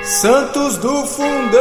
Santos do Fundão!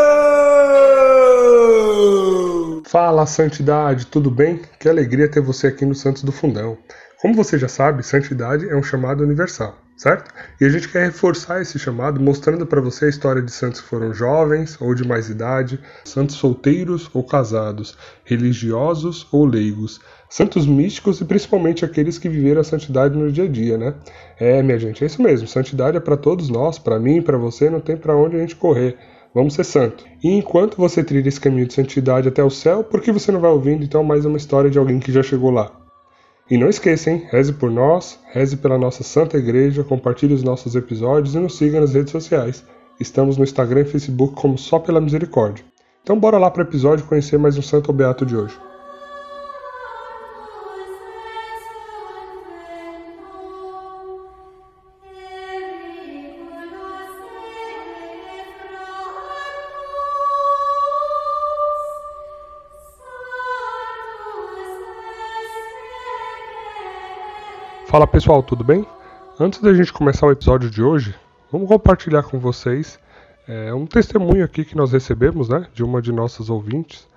Fala, Santidade, tudo bem? Que alegria ter você aqui no Santos do Fundão. Como você já sabe, santidade é um chamado universal, certo? E a gente quer reforçar esse chamado mostrando para você a história de santos que foram jovens ou de mais idade, santos solteiros ou casados, religiosos ou leigos, santos místicos e principalmente aqueles que viveram a santidade no dia a dia, né? Minha gente, é isso mesmo, santidade é para todos nós, para mim, para você, não tem para onde a gente correr. Vamos ser santos. E enquanto você trilha esse caminho de santidade até o céu, por que você não vai ouvindo então mais uma história de alguém que já chegou lá? E não esqueça, hein? Reze por nós, reze pela nossa Santa Igreja, compartilhe os nossos episódios e nos siga nas redes sociais. Estamos no Instagram e Facebook como Só Pela Misericórdia. Então bora lá para o episódio conhecer mais um santo ou beato de hoje. Fala pessoal, tudo bem? Antes da gente começar o episódio de hoje, vamos compartilhar com vocês um testemunho aqui que nós recebemos, né, de uma de nossas ouvintes,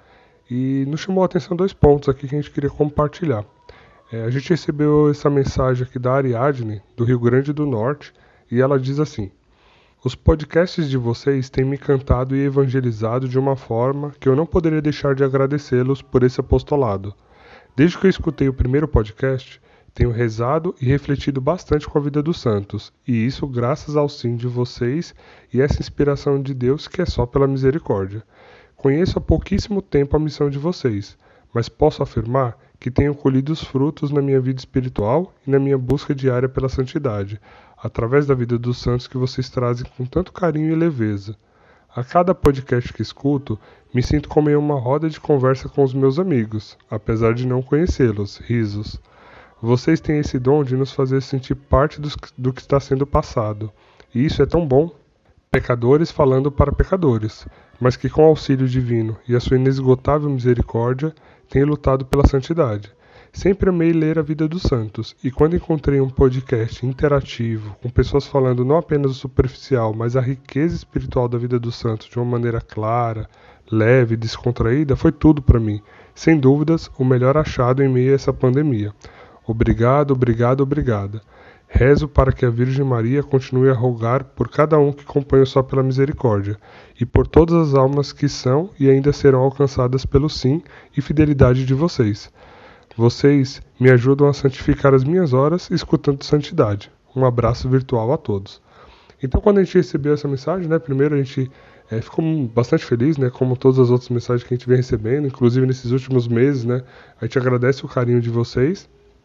e nos chamou a atenção dois pontos aqui que a gente queria compartilhar. A gente recebeu essa mensagem aqui da Ariadne, do Rio Grande do Norte, e ela diz assim: os podcasts de vocês têm me encantado e evangelizado de uma forma que eu não poderia deixar de agradecê-los por esse apostolado. Desde que eu escutei o primeiro podcast, tenho rezado e refletido bastante com a vida dos santos, e isso graças ao sim de vocês e essa inspiração de Deus que é só pela misericórdia. Conheço há pouquíssimo tempo a missão de vocês, mas posso afirmar que tenho colhido os frutos na minha vida espiritual e na minha busca diária pela santidade, através da vida dos santos que vocês trazem com tanto carinho e leveza. A cada podcast que escuto, me sinto como em uma roda de conversa com os meus amigos, apesar de não conhecê-los. Risos. Vocês têm esse dom de nos fazer sentir parte do que está sendo passado. E isso é tão bom. Pecadores falando para pecadores, mas que com o auxílio divino e a sua inesgotável misericórdia, têm lutado pela santidade. Sempre amei ler a vida dos santos, e quando encontrei um podcast interativo, com pessoas falando não apenas o superficial, mas a riqueza espiritual da vida dos santos de uma maneira clara, leve e descontraída, foi tudo para mim. Sem dúvidas, o melhor achado em meio a essa pandemia. Obrigado, obrigado, obrigada. Rezo para que a Virgem Maria continue a rogar por cada um que acompanha só pela misericórdia, e por todas as almas que são e ainda serão alcançadas pelo sim e fidelidade de vocês. Vocês me ajudam a santificar as minhas horas escutando santidade. Um abraço virtual a todos. Então, quando a gente recebeu essa mensagem, né, primeiro a gente ficou bastante feliz, né, como todas as outras mensagens que a gente vem recebendo, inclusive nesses últimos meses, né, a gente agradece o carinho de vocês.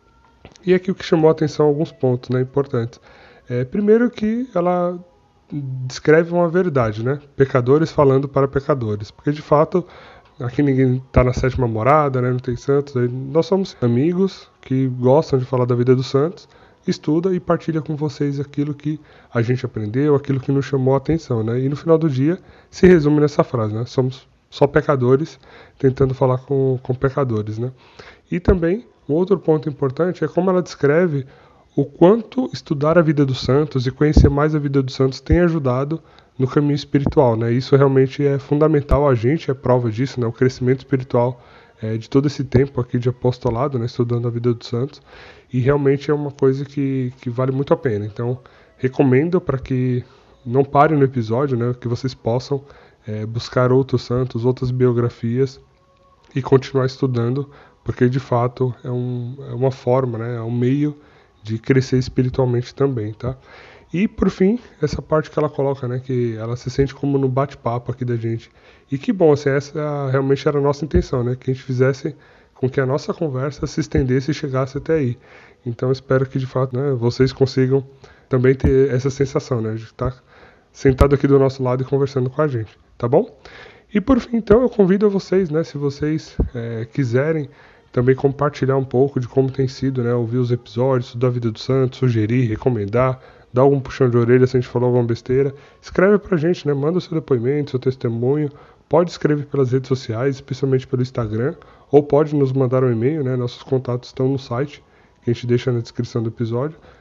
E aqui o que chamou a atenção alguns pontos, né, importantes. Primeiro que ela descreve uma verdade, né? Pecadores falando para pecadores. Porque de fato, aqui ninguém está na sétima morada, né? Não tem santos. Nós somos amigos que gostam de falar da vida dos santos, estuda e partilha com vocês aquilo que a gente aprendeu, aquilo que nos chamou a atenção, né? E no final do dia se resume nessa frase, né? Somos só pecadores tentando falar com pecadores, né? E também um outro ponto importante é como ela descreve o quanto estudar a vida dos santos e conhecer mais a vida dos santos tem ajudado no caminho espiritual, né? Isso realmente é fundamental, a gente é prova disso, né? O crescimento espiritual de todo esse tempo aqui de apostolado, né? Estudando a vida dos santos, e realmente é uma coisa que vale muito a pena. Então, recomendo para que não parem no episódio, né? Que vocês possam buscar outros santos, outras biografias e continuar estudando, porque de fato é uma forma, né, é um meio de crescer espiritualmente também, tá? E por fim, essa parte que ela coloca, né, que ela se sente como no bate-papo aqui da gente. E que bom, assim, essa realmente era a nossa intenção, né, que a gente fizesse com que a nossa conversa se estendesse e chegasse até aí. Então espero que de fato, né, vocês consigam também ter essa sensação, né, de estar sentado aqui do nosso lado e conversando com a gente, tá bom? E por fim, então, eu convido a vocês, né, se vocês quiserem também compartilhar um pouco de como tem sido, né, ouvir os episódios, estudar a vida do santo, sugerir, recomendar, dar algum puxão de orelha se a gente falou alguma besteira, escreve pra gente, né, manda o seu depoimento, seu testemunho, pode escrever pelas redes sociais, especialmente pelo Instagram, ou pode nos mandar um e-mail, né, nossos contatos estão no site, que a gente deixa na descrição do episódio,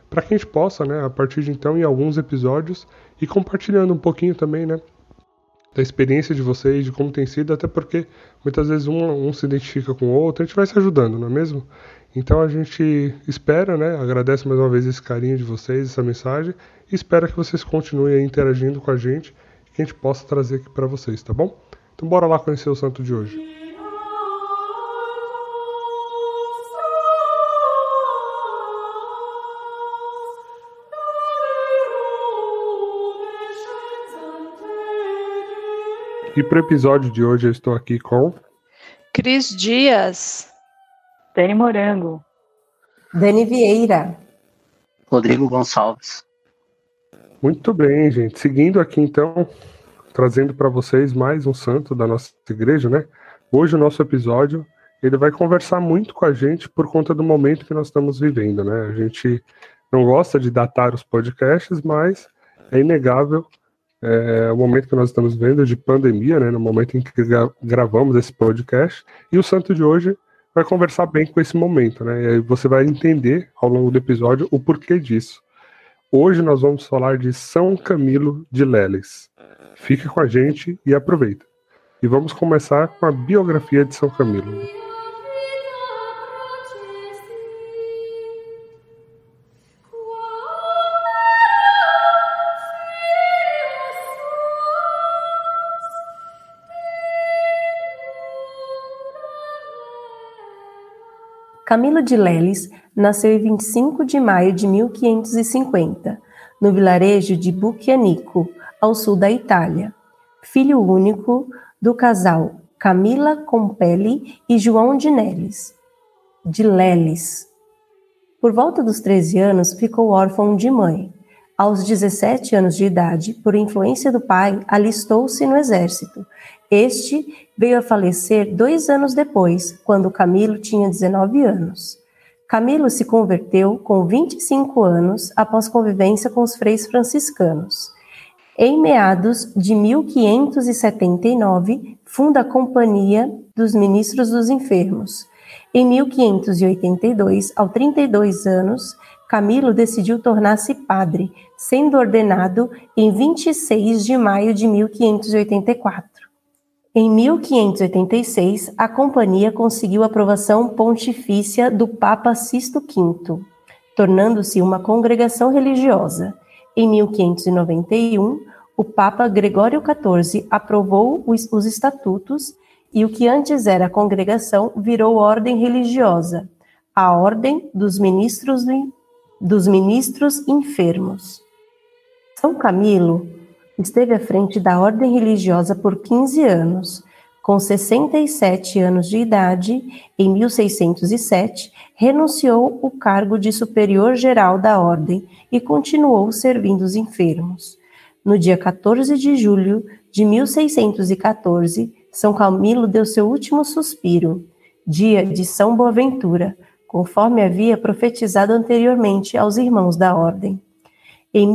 para que a gente possa, né, a partir de então, em alguns episódios, ir compartilhando um pouquinho também, né, da experiência de vocês, de como tem sido, até porque muitas vezes um se identifica com o outro, a gente vai se ajudando, não é mesmo? Então a gente espera, né, agradece mais uma vez esse carinho de vocês, essa mensagem, e espera que vocês continuem aí interagindo com a gente, que a gente possa trazer aqui para vocês, tá bom? Então bora lá conhecer o santo de hoje. E para o episódio de hoje eu estou aqui com Cris Dias, Dani Morango, Dani Vieira, Rodrigo Gonçalves. Muito bem, gente. Seguindo aqui então, trazendo para vocês mais um santo da nossa igreja, né? Hoje o nosso episódio, ele vai conversar muito com a gente por conta do momento que nós estamos vivendo, né? A gente não gosta de datar os podcasts, mas é inegável o momento que nós estamos vivendo de pandemia, né? No momento em que gravamos esse podcast. E o santo de hoje vai conversar bem com esse momento, né? E aí você vai entender ao longo do episódio o porquê disso. Hoje nós vamos falar de São Camilo de Leles. Fica com a gente e aproveita. E vamos começar com a biografia de São Camilo. Camilo de Leles nasceu em 25 de maio de 1550, no vilarejo de Bucchianico, ao sul da Itália. Filho único do casal Camila Compelli e João de Leles. Por volta dos 13 anos, ficou órfão de mãe. Aos 17 anos de idade, por influência do pai, alistou-se no exército. Este veio a falecer 2 anos depois, quando Camilo tinha 19 anos. Camilo se converteu com 25 anos após convivência com os freis franciscanos. Em meados de 1579, funda a Companhia dos Ministros dos Enfermos. Em 1582, aos 32 anos, Camilo decidiu tornar-se padre, sendo ordenado em 26 de maio de 1584. Em 1586, a companhia conseguiu a aprovação pontifícia do Papa Sisto V, tornando-se uma congregação religiosa. Em 1591, o Papa Gregório XIV aprovou os estatutos e o que antes era congregação virou ordem religiosa, a Ordem dos Ministros Enfermos. São Camilo esteve à frente da ordem religiosa por 15 anos. Com 67 anos de idade, em 1607, renunciou o cargo de superior geral da ordem e continuou servindo os enfermos. No dia 14 de julho de 1614, São Camilo deu seu último suspiro, dia de São Boaventura, conforme havia profetizado anteriormente aos irmãos da ordem. Em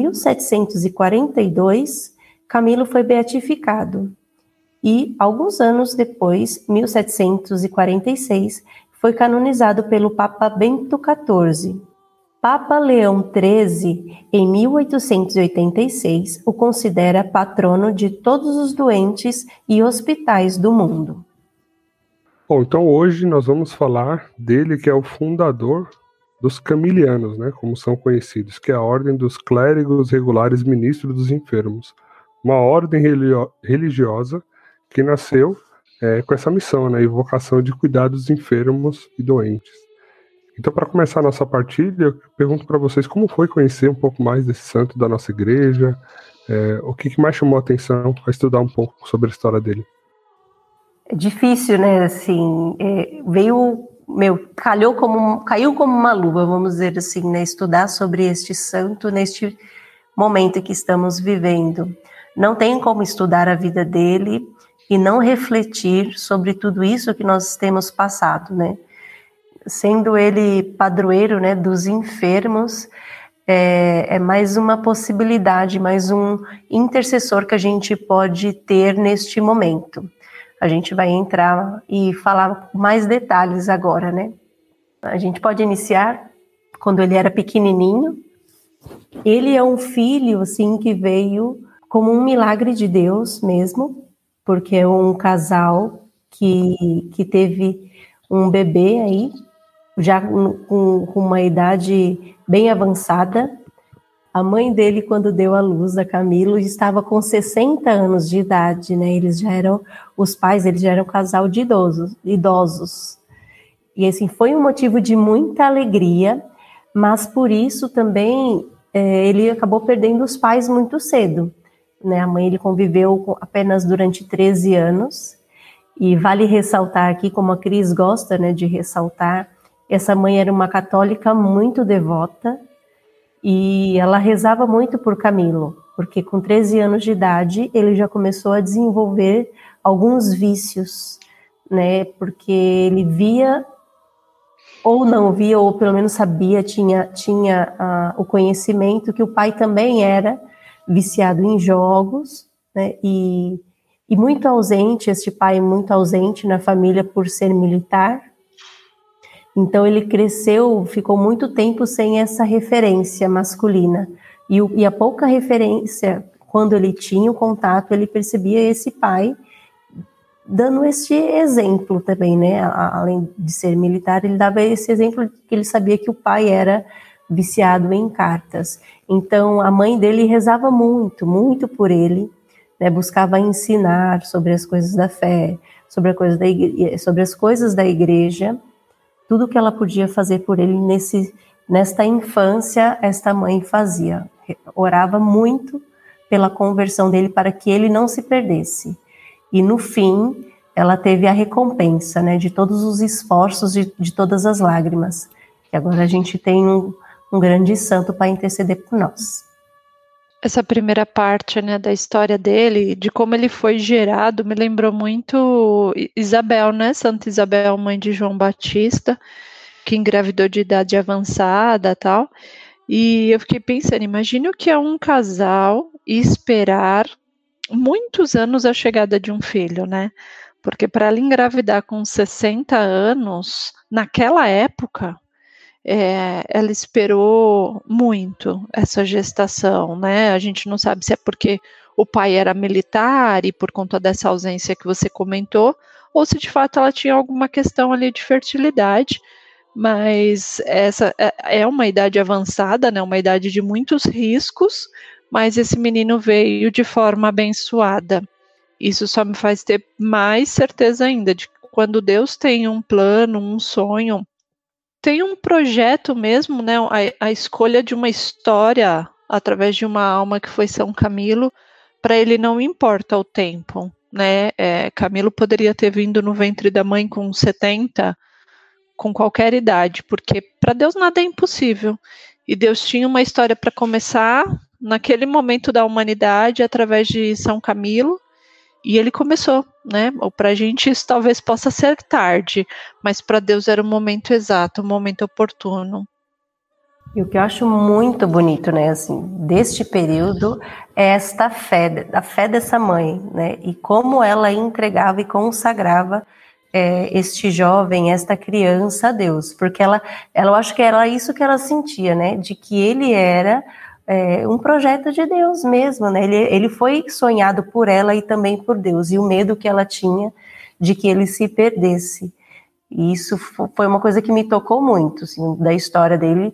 1742, Camilo foi beatificado e, alguns anos depois, 1746, foi canonizado pelo Papa Bento XIV. Papa Leão XIII, em 1886, o considera patrono de todos os doentes e hospitais do mundo. Bom, então hoje nós vamos falar dele, que é o fundador dos camilianos, né, como são conhecidos, que é a Ordem dos Clérigos Regulares Ministros dos Enfermos, uma ordem religiosa que nasceu com essa missão, né, invocação de cuidar dos enfermos e doentes. Então, para começar a nossa partilha, eu pergunto para vocês como foi conhecer um pouco mais desse santo da nossa igreja, o que mais chamou a atenção a estudar um pouco sobre a história dele? É difícil, né, assim, caiu como uma luva, vamos dizer assim, né, estudar sobre este santo neste momento que estamos vivendo. Não tem como estudar a vida dele e não refletir sobre tudo isso que nós temos passado, né? Sendo ele padroeiro, né, dos enfermos, é mais uma possibilidade, mais um intercessor que a gente pode ter neste momento. A gente vai entrar e falar mais detalhes agora, né? A gente pode iniciar quando ele era pequenininho, Ele é um filho, assim, que veio como um milagre de Deus mesmo, porque é um casal que teve um bebê aí, já com uma idade bem avançada. A mãe dele, quando deu à luz a Camilo, estava com 60 anos de idade, né? Os pais, eles já eram um casal de idosos. E assim, foi um motivo de muita alegria, mas por isso também ele acabou perdendo os pais muito cedo, né? A mãe, ele conviveu apenas durante 13 anos, e vale ressaltar aqui, como a Cris gosta, né, de ressaltar, essa mãe era uma católica muito devota, e ela rezava muito por Camilo, porque com 13 anos de idade ele já começou a desenvolver alguns vícios, né? Porque ele via, ou não via, ou pelo menos sabia, tinha o conhecimento que o pai também era viciado em jogos, né? E muito ausente, este pai muito ausente na família por ser militar. Então ele cresceu, ficou muito tempo sem essa referência masculina. E a pouca referência, quando ele tinha o contato, ele percebia esse pai dando este exemplo também, né? Além de ser militar, ele dava esse exemplo que ele sabia que o pai era viciado em cartas. Então a mãe dele rezava muito, muito por ele, né? Buscava ensinar sobre as coisas da fé, sobre as coisas da igreja. Tudo que ela podia fazer por ele nesta infância, esta mãe fazia. Orava muito pela conversão dele para que ele não se perdesse. E no fim, ela teve a recompensa, né, de todos os esforços, de todas as lágrimas. E agora a gente tem um grande santo para interceder por nós. Essa primeira parte, né, da história dele, de como ele foi gerado, me lembrou muito Isabel, né, Santa Isabel, mãe de João Batista, que engravidou de idade avançada e tal. E eu fiquei pensando, imagine o que é um casal esperar muitos anos a chegada de um filho, né? Porque para ela engravidar com 60 anos, naquela época, ela esperou muito essa gestação, né? A gente não sabe se é porque o pai era militar e por conta dessa ausência que você comentou, ou se de fato ela tinha alguma questão ali de fertilidade, mas essa é uma idade avançada, né? Uma idade de muitos riscos, mas esse menino veio de forma abençoada. Isso só me faz ter mais certeza ainda de que quando Deus tem um plano, um sonho, tem um projeto mesmo, né? A escolha de uma história através de uma alma que foi São Camilo, para ele não importa o tempo, né? Camilo poderia ter vindo no ventre da mãe com 70, com qualquer idade, porque para Deus nada é impossível. E Deus tinha uma história para começar naquele momento da humanidade através de São Camilo. E ele começou, né? Ou para a gente isso talvez possa ser tarde, mas para Deus era o momento exato, o momento oportuno. E o que eu acho muito bonito, né, assim, deste período é esta fé, a fé dessa mãe, né? E como ela entregava e consagrava este jovem, esta criança a Deus, porque ela, eu acho que era isso que ela sentia, né? De que ele era um projeto de Deus mesmo, né? Ele foi sonhado por ela e também por Deus, e o medo que ela tinha de que ele se perdesse. E isso foi uma coisa que me tocou muito, assim, da história dele.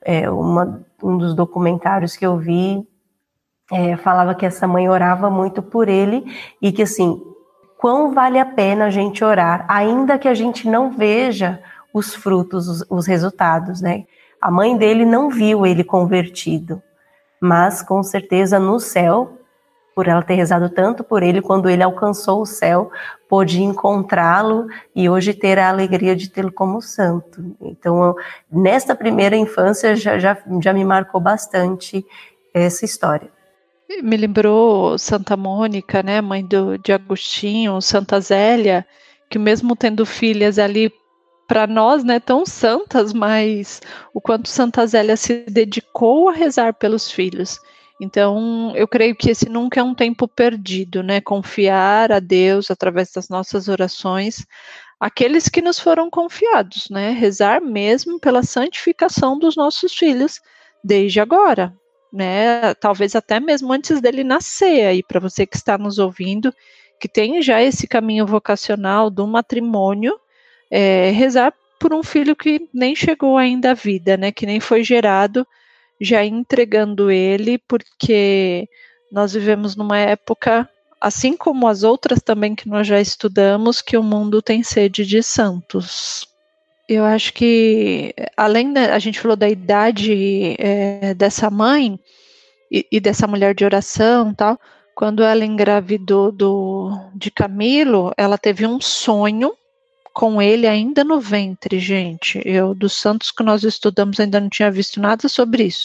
Um dos documentários que eu vi falava que essa mãe orava muito por ele, e que assim, quão vale a pena a gente orar, ainda que a gente não veja os frutos, os resultados, né? A mãe dele não viu ele convertido, mas com certeza no céu, por ela ter rezado tanto por ele, quando ele alcançou o céu, pôde encontrá-lo e hoje ter a alegria de tê-lo como santo. Então, nesta primeira infância já me marcou bastante essa história. Me lembrou Santa Mônica, né, mãe de Agostinho, Santa Zélia, que mesmo tendo filhas ali para nós, né, tão santas, mas o quanto Santa Zélia se dedicou a rezar pelos filhos. Então, eu creio que esse nunca é um tempo perdido, né, confiar a Deus através das nossas orações, aqueles que nos foram confiados, né, rezar mesmo pela santificação dos nossos filhos, desde agora. né? Talvez até mesmo antes dele nascer, aí para você que está nos ouvindo, que tem já esse caminho vocacional do matrimônio, rezar por um filho que nem chegou ainda à vida, né? Que nem foi gerado, já entregando ele, porque nós vivemos numa época, assim como as outras também que nós já estudamos, que o mundo tem sede de santos. Eu acho que, além da, a gente falou da idade dessa mãe e dessa mulher de oração, tal, quando ela engravidou de Camilo, ela teve um sonho com ele ainda no ventre, gente. Eu, dos santos que nós estudamos, ainda não tinha visto nada sobre isso.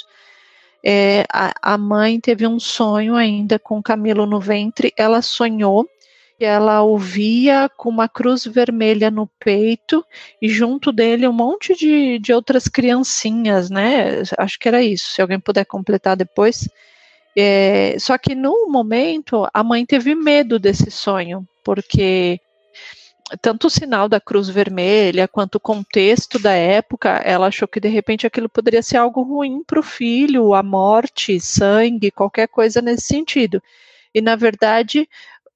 A mãe teve um sonho ainda com Camilo no ventre, ela sonhou que ela o via com uma cruz vermelha no peito e junto dele um monte de outras criancinhas, né? Acho que era isso, se alguém puder completar depois. Só que no momento a mãe teve medo desse sonho, porque tanto o sinal da cruz vermelha quanto o contexto da época, ela achou que de repente aquilo poderia ser algo ruim para o filho, a morte, sangue, qualquer coisa nesse sentido. E na verdade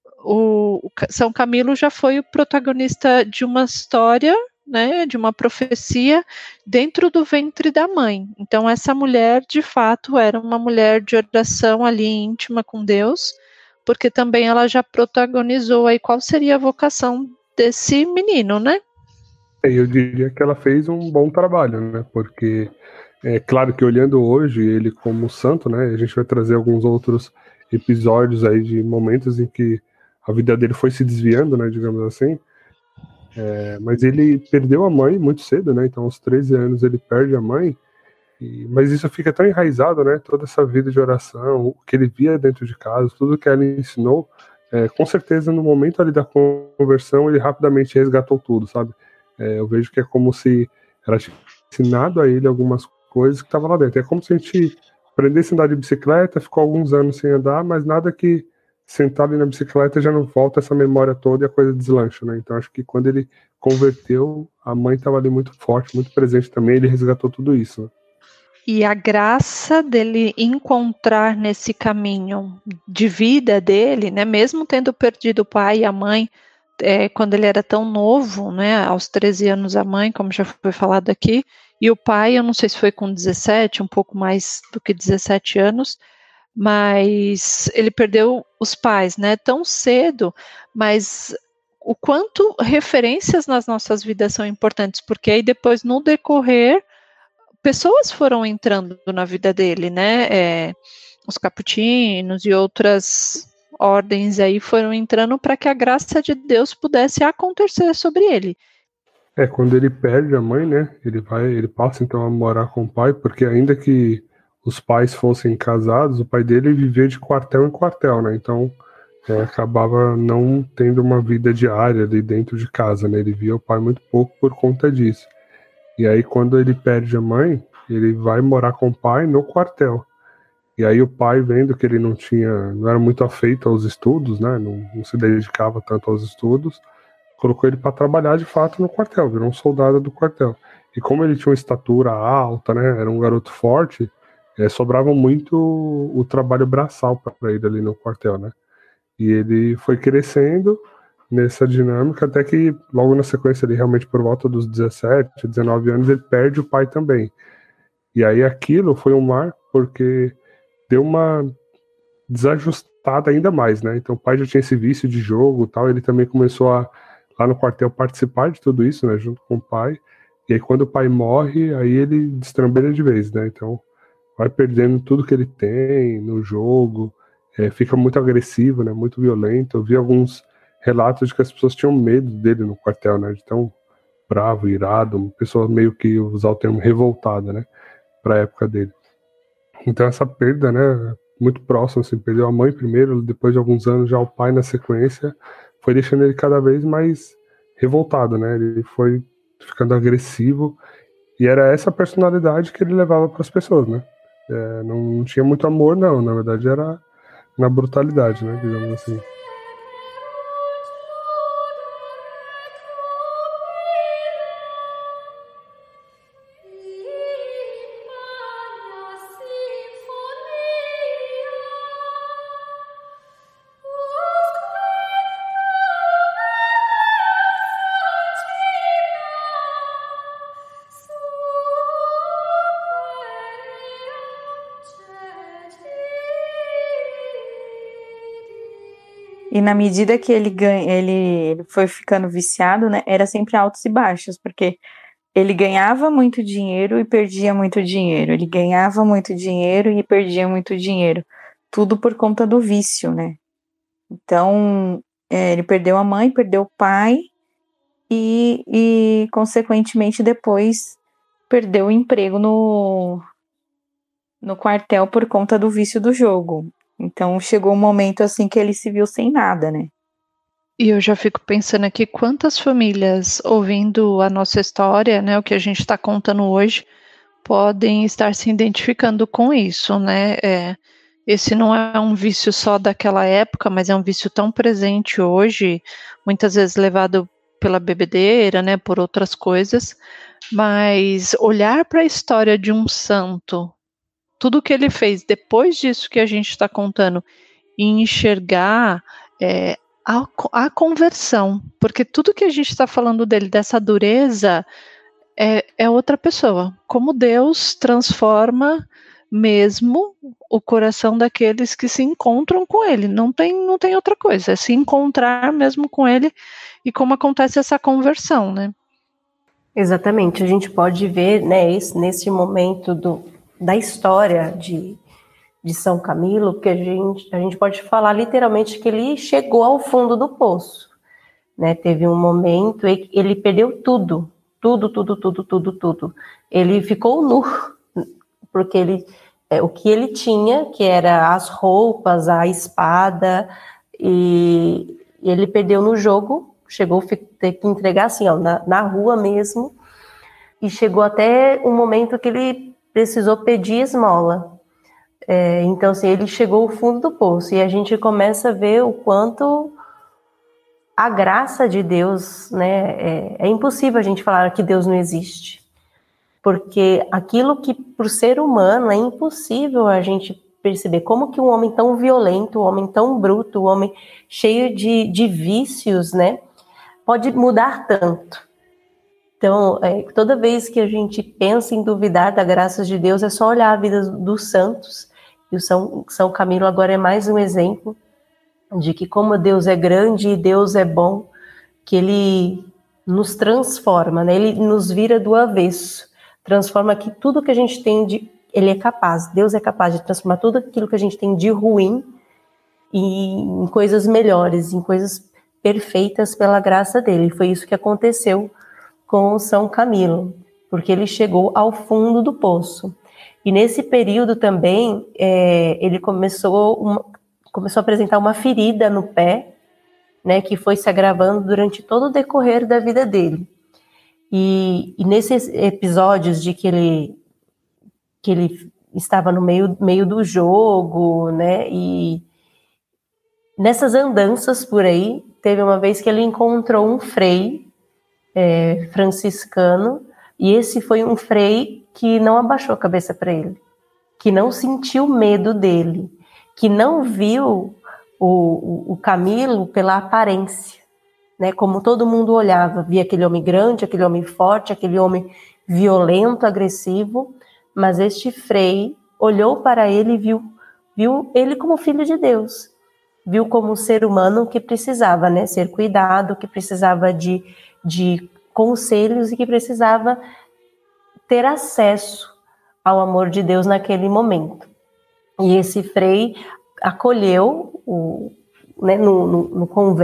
o São Camilo já foi o protagonista de uma história, né, de uma profecia dentro do ventre da mãe. Então essa mulher de fato era uma mulher de oração ali íntima com Deus, porque também ela já protagonizou aí qual seria a vocação desse menino, né? Eu diria que ela fez um bom trabalho, né? Porque é claro que olhando hoje ele como santo, né? A gente vai trazer alguns outros episódios aí de momentos em que a vida dele foi se desviando, né? Digamos assim. Mas ele perdeu a mãe muito cedo, né? Então aos 13 anos ele perde a mãe. Mas isso fica tão enraizado, né? Toda essa vida de oração, o que ele via dentro de casa, tudo que ela ensinou. Com certeza no momento ali da conversão ele rapidamente resgatou tudo, sabe? Eu vejo que é como se ela tivesse ensinado a ele algumas coisas que estavam lá dentro. É como se a gente aprendesse a andar de bicicleta, ficou alguns anos sem andar, mas nada que sentar ali na bicicleta já não volta essa memória toda e a coisa deslancha, né? Então acho que quando ele converteu, a mãe estava ali muito forte, muito presente também, ele resgatou tudo isso, né? E a graça dele encontrar nesse caminho de vida dele, né, mesmo tendo perdido o pai e a mãe, quando ele era tão novo, né, aos 13 anos a mãe, como já foi falado aqui, e o pai, eu não sei se foi com 17, um pouco mais do que 17 anos, mas ele perdeu os pais, né, tão cedo, mas o quanto referências nas nossas vidas são importantes, porque aí depois, no decorrer, pessoas foram entrando na vida dele, né, os caputinos e outras ordens aí foram entrando para que a graça de Deus pudesse acontecer sobre ele. Quando ele perde a mãe, né, ele passa então a morar com o pai, porque ainda que os pais fossem casados, o pai dele vivia de quartel em quartel, né, então acabava não tendo uma vida diária ali dentro de casa, né, ele via o pai muito pouco por conta disso. E aí quando ele perde a mãe, ele vai morar com o pai no quartel. E aí o pai, vendo que ele não era muito afeito aos estudos, né, não se dedicava tanto aos estudos, colocou ele para trabalhar de fato no quartel, virou um soldado do quartel. E como ele tinha uma estatura alta, né, era um garoto forte, sobrava muito o trabalho braçal para ele ali no quartel, né. E ele foi crescendo nessa dinâmica até que logo na sequência ele realmente por volta dos 17, 19 anos ele perde o pai também. E aí aquilo foi um marco porque deu uma desajustada ainda mais, né? Então o pai já tinha esse vício de jogo e tal, ele também começou a lá no quartel participar de tudo isso, né, junto com o pai. E aí quando o pai morre, aí ele destrambelha de vez, né? Então vai perdendo tudo que ele tem no jogo, fica muito agressivo, né? Muito violento. Eu vi alguns relatos de que as pessoas tinham medo dele no quartel, né? De tão bravo, irado, uma pessoa meio que usar o termo revoltada, né? Para a época dele. Então essa perda, né? Muito próximo, assim, perdeu a mãe primeiro, depois de alguns anos já o pai na sequência, foi deixando ele cada vez mais revoltado, né? Ele foi ficando agressivo e era essa personalidade que ele levava para as pessoas, né? Não tinha muito amor, não. Na verdade era na brutalidade, né? Digamos assim. E na medida que ele foi ficando viciado, né, era sempre altos e baixos, porque ele ganhava muito dinheiro e perdia muito dinheiro. Ele ganhava muito dinheiro e perdia muito dinheiro. Tudo por conta do vício, né? Então, ele perdeu a mãe, perdeu o pai e consequentemente, depois perdeu o emprego no quartel por conta do vício do jogo. Então, chegou um momento assim que ele se viu sem nada, né? E eu já fico pensando aqui quantas famílias, ouvindo a nossa história, né, o que a gente está contando hoje, podem estar se identificando com isso, né? Esse não é um vício só daquela época, mas é um vício tão presente hoje, muitas vezes levado pela bebedeira, né, por outras coisas, mas olhar para a história de um santo, tudo que ele fez depois disso que a gente está contando, e enxergar a conversão, porque tudo que a gente está falando dele, dessa dureza, é outra pessoa. Como Deus transforma mesmo o coração daqueles que se encontram com ele. Não tem outra coisa, é se encontrar mesmo com ele e como acontece essa conversão, né? Exatamente, a gente pode ver, né, nesse momento da história de São Camilo, que a gente pode falar literalmente que ele chegou ao fundo do poço, né? Teve um momento em que ele perdeu tudo. Ele ficou nu, porque o que ele tinha, que era as roupas, a espada, e ele perdeu no jogo, chegou a ter que entregar assim, ó, na rua mesmo, e chegou até um momento que ele precisou pedir esmola. Então, assim, ele chegou ao fundo do poço, e a gente começa a ver o quanto a graça de Deus, né, é impossível a gente falar que Deus não existe, porque aquilo que para o ser humano é impossível a gente perceber, como que um homem tão violento, um homem tão bruto, um homem cheio de vícios, né, pode mudar tanto. Então, toda vez que a gente pensa em duvidar da graça de Deus, é só olhar a vida dos santos, e o São Camilo agora é mais um exemplo de que como Deus é grande e Deus é bom, que ele nos transforma, né? Ele nos vira do avesso, transforma que tudo que a gente tem ele é capaz, Deus é capaz de transformar tudo aquilo que a gente tem de ruim em coisas melhores, em coisas perfeitas pela graça dele. E foi isso que aconteceu com São Camilo, porque ele chegou ao fundo do poço. E nesse período também, ele começou a apresentar uma ferida no pé, né, que foi se agravando durante todo o decorrer da vida dele. E nesses episódios de que ele estava no meio do jogo, né, e nessas andanças por aí, teve uma vez que ele encontrou um frei franciscano, e esse foi um frei que não abaixou a cabeça para ele, que não sentiu medo dele, que não viu o Camilo pela aparência, né? Como todo mundo olhava, via aquele homem grande, aquele homem forte, aquele homem violento, agressivo, mas este frei olhou para ele e viu ele como filho de Deus, viu como um ser humano que precisava, né, ser cuidado, que precisava de conselhos e que precisava ter acesso ao amor de Deus naquele momento. E esse frei acolheu né, no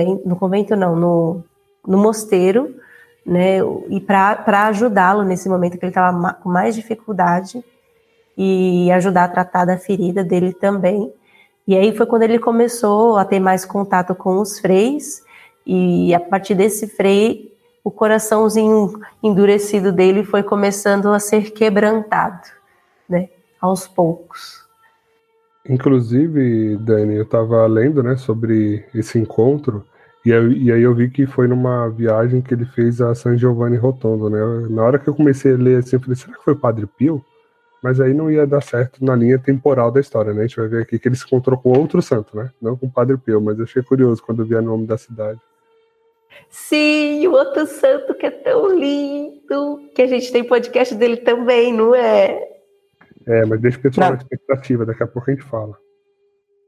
mosteiro, né, e para ajudá-lo nesse momento que ele estava com mais dificuldade e ajudar a tratar da ferida dele também. E aí foi quando ele começou a ter mais contato com os freis, e a partir desse frei, o coraçãozinho endurecido dele foi começando a ser quebrantado, né, aos poucos. Inclusive, Dani, eu estava lendo, né, sobre esse encontro, e aí eu vi que foi numa viagem que ele fez a San Giovanni Rotondo, né? Na hora que eu comecei a ler assim, eu falei, será que foi o Padre Pio? Mas aí não ia dar certo na linha temporal da história, né? A gente vai ver aqui que ele se encontrou com outro santo, né? Não com o Padre Pio, mas eu achei curioso quando eu vi o nome da cidade. Sim, o outro santo que é tão lindo, que a gente tem podcast dele também, não é? Mas deixa o pessoal na expectativa, daqui a pouco a gente fala.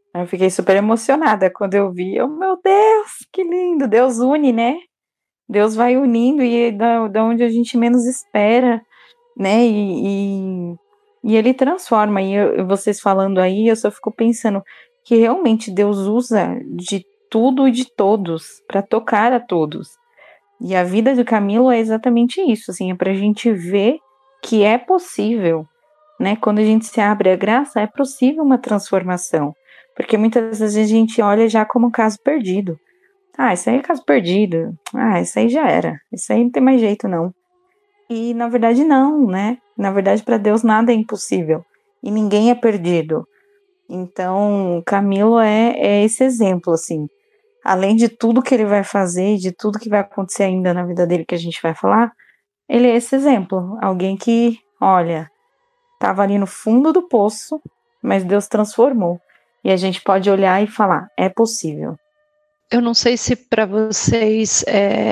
Eu fiquei super emocionada quando eu vi. Meu Deus, que lindo! Deus une, né? Deus vai unindo e da onde a gente menos espera, né? E ele transforma. Vocês falando aí, eu só fico pensando que realmente Deus usa de tudo e de todos para tocar a todos. E a vida do Camilo é exatamente isso, assim, é para a gente ver que é possível, né? Quando a gente se abre à graça, é possível uma transformação. Porque muitas vezes a gente olha já como um caso perdido. Ah, isso aí é caso perdido. Ah, isso aí já era. Isso aí não tem mais jeito, não. E na verdade não, né? Na verdade, para Deus nada é impossível. E ninguém é perdido. Então, Camilo é esse exemplo, assim. Além de tudo que ele vai fazer, de tudo que vai acontecer ainda na vida dele que a gente vai falar, ele é esse exemplo. Alguém que, olha, estava ali no fundo do poço, mas Deus transformou. E a gente pode olhar e falar, é possível. Eu não sei se para vocês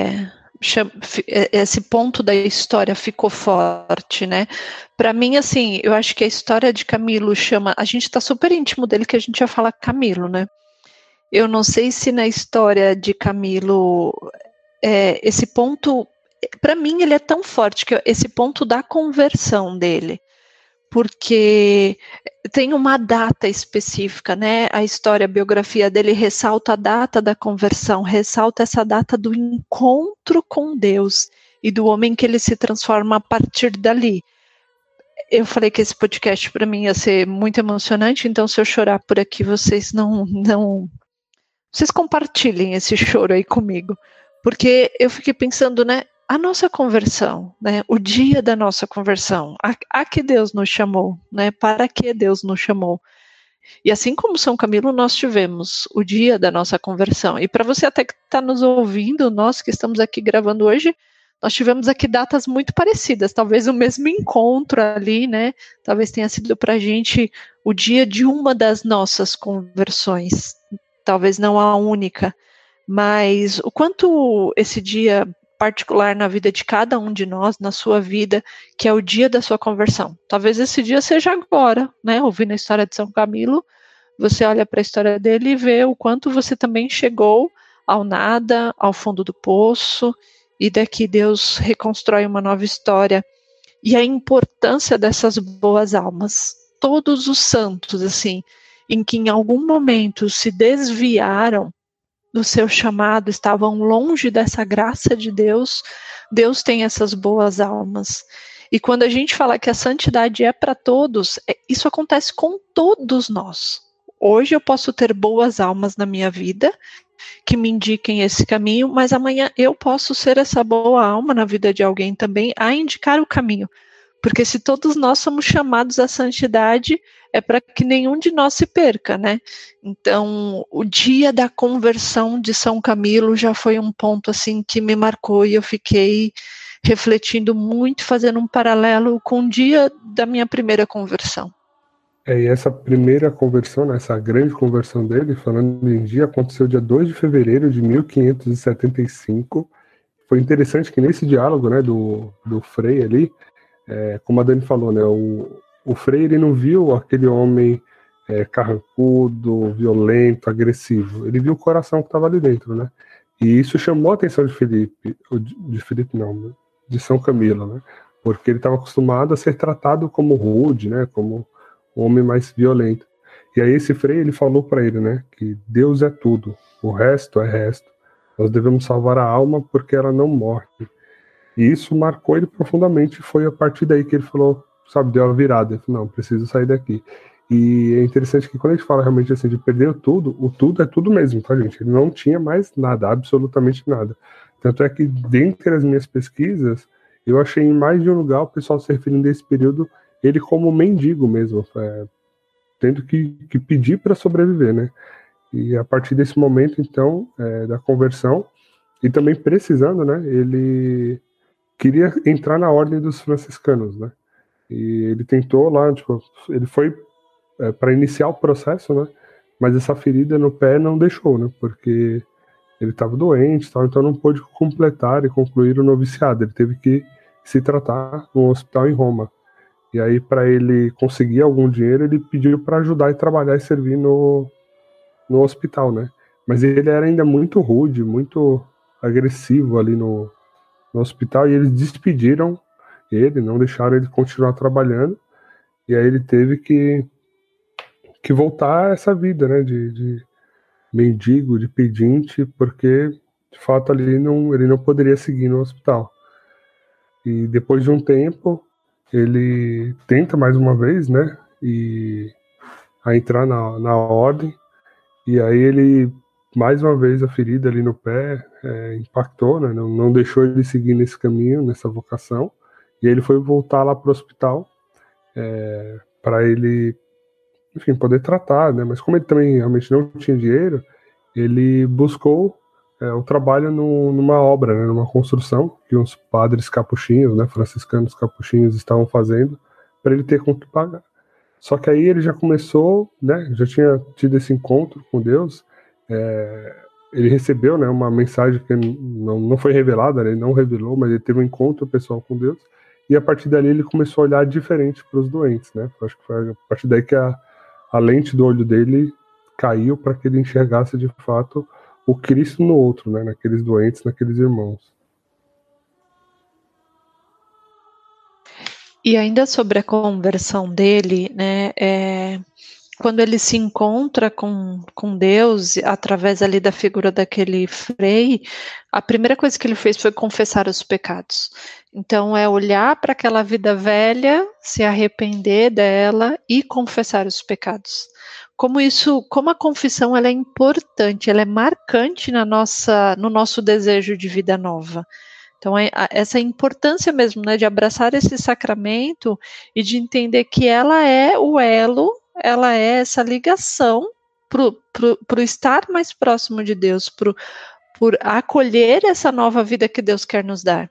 esse ponto da história ficou forte, né? Para mim, assim, eu acho que a história de Camilo chama... A gente está super íntimo dele que a gente ia falar Camilo, né? Eu não sei se na história de Camilo esse ponto... Para mim, ele é tão forte que esse ponto da conversão dele, porque tem uma data específica, né? A história, a biografia dele ressalta a data da conversão, ressalta essa data do encontro com Deus e do homem que ele se transforma a partir dali. Eu falei que esse podcast para mim ia ser muito emocionante, então se eu chorar por aqui, vocês vocês compartilhem esse choro aí comigo, porque eu fiquei pensando, né? A nossa conversão, né, o dia da nossa conversão, a que Deus nos chamou, né, para que Deus nos chamou. E assim como São Camilo, nós tivemos o dia da nossa conversão. E para você até que está nos ouvindo, nós que estamos aqui gravando hoje, nós tivemos aqui datas muito parecidas, talvez o mesmo encontro ali, né, talvez tenha sido para a gente o dia de uma das nossas conversões, talvez não a única, mas o quanto esse dia particular na vida de cada um de nós, na sua vida, que é o dia da sua conversão. Talvez esse dia seja agora, né? Ouvindo a história de São Camilo, você olha para a história dele e vê o quanto você também chegou ao nada, ao fundo do poço, e daqui Deus reconstrói uma nova história. E a importância dessas boas almas. Todos os santos, assim, em que em algum momento se desviaram do seu chamado, estavam longe dessa graça de Deus, Deus tem essas boas almas. E quando a gente fala que a santidade é para todos, isso acontece com todos nós. Hoje eu posso ter boas almas na minha vida, que me indiquem esse caminho, mas amanhã eu posso ser essa boa alma na vida de alguém também, a indicar o caminho. Porque se todos nós somos chamados à santidade, é para que nenhum de nós se perca, né? Então, o dia da conversão de São Camilo já foi um ponto assim que me marcou e eu fiquei refletindo muito, fazendo um paralelo com o dia da minha primeira conversão. E essa primeira conversão, né, essa grande conversão dele, falando em dia, aconteceu dia 2 de fevereiro de 1575. Foi interessante que nesse diálogo, né, do Frei ali, como a Dani falou, né, o Frei ele não viu aquele homem carrancudo, violento, agressivo. Ele viu o coração que estava ali dentro, né? E isso chamou a atenção de São Camilo, né? Porque ele estava acostumado a ser tratado como rude, né? Como um homem mais violento. E aí esse Frei ele falou para ele, né? Que Deus é tudo, o resto é resto. Nós devemos salvar a alma porque ela não morre. E isso marcou ele profundamente. Foi a partir daí que ele falou, sabe, deu a virada. Ele falou, não, preciso sair daqui. E é interessante que quando a gente fala realmente assim de perder tudo, o tudo é tudo mesmo, tá, gente? Ele não tinha mais nada, absolutamente nada. Tanto é que, dentre as minhas pesquisas, eu achei em mais de um lugar o pessoal se referindo a esse período, ele como mendigo mesmo, tendo que pedir para sobreviver, né? E a partir desse momento, então, da conversão, e também precisando, né, ele queria entrar na ordem dos franciscanos, né? E ele tentou lá, tipo, ele foi para iniciar o processo, né? Mas essa ferida no pé não deixou, né? Porque ele estava doente, tal, então não pôde completar e concluir o noviciado. Ele teve que se tratar num hospital em Roma. E aí, para ele conseguir algum dinheiro, ele pediu para ajudar e trabalhar e servir no no hospital, né? Mas ele era ainda muito rude, muito agressivo ali no hospital, e eles despediram ele, não deixaram ele continuar trabalhando, e aí ele teve que voltar a essa vida, né, de mendigo, de pedinte, porque de fato ali ele não poderia seguir no hospital. E depois de um tempo, ele tenta mais uma vez, né, a entrar na ordem, e aí ele, mais uma vez, a ferida ali no pé impactou, né, não deixou ele seguir nesse caminho, nessa vocação, e aí ele foi voltar lá para o hospital para ele, enfim, poder tratar, né, mas como ele também realmente não tinha dinheiro, ele buscou o trabalho numa obra, né, numa construção que uns padres capuchinhos, né, franciscanos capuchinhos estavam fazendo, para ele ter com que pagar. Só que aí ele já começou, né, já tinha tido esse encontro com Deus, ele recebeu, né, uma mensagem que não foi revelada, né, ele não revelou, mas ele teve um encontro pessoal com Deus, e a partir dali ele começou a olhar diferente para os doentes, né, acho que foi a partir daí que a lente do olho dele caiu para que ele enxergasse de fato o Cristo no outro, né, naqueles doentes, naqueles irmãos. E ainda sobre a conversão dele, né, quando ele se encontra com Deus, através ali da figura daquele Frei, a primeira coisa que ele fez foi confessar os pecados. Então, é olhar para aquela vida velha, se arrepender dela e confessar os pecados. Como a confissão ela é importante, ela é marcante no nosso desejo de vida nova. Então, essa importância mesmo, né, de abraçar esse sacramento e de entender que ela é o elo, ela é essa ligação para o estar mais próximo de Deus, por acolher essa nova vida que Deus quer nos dar.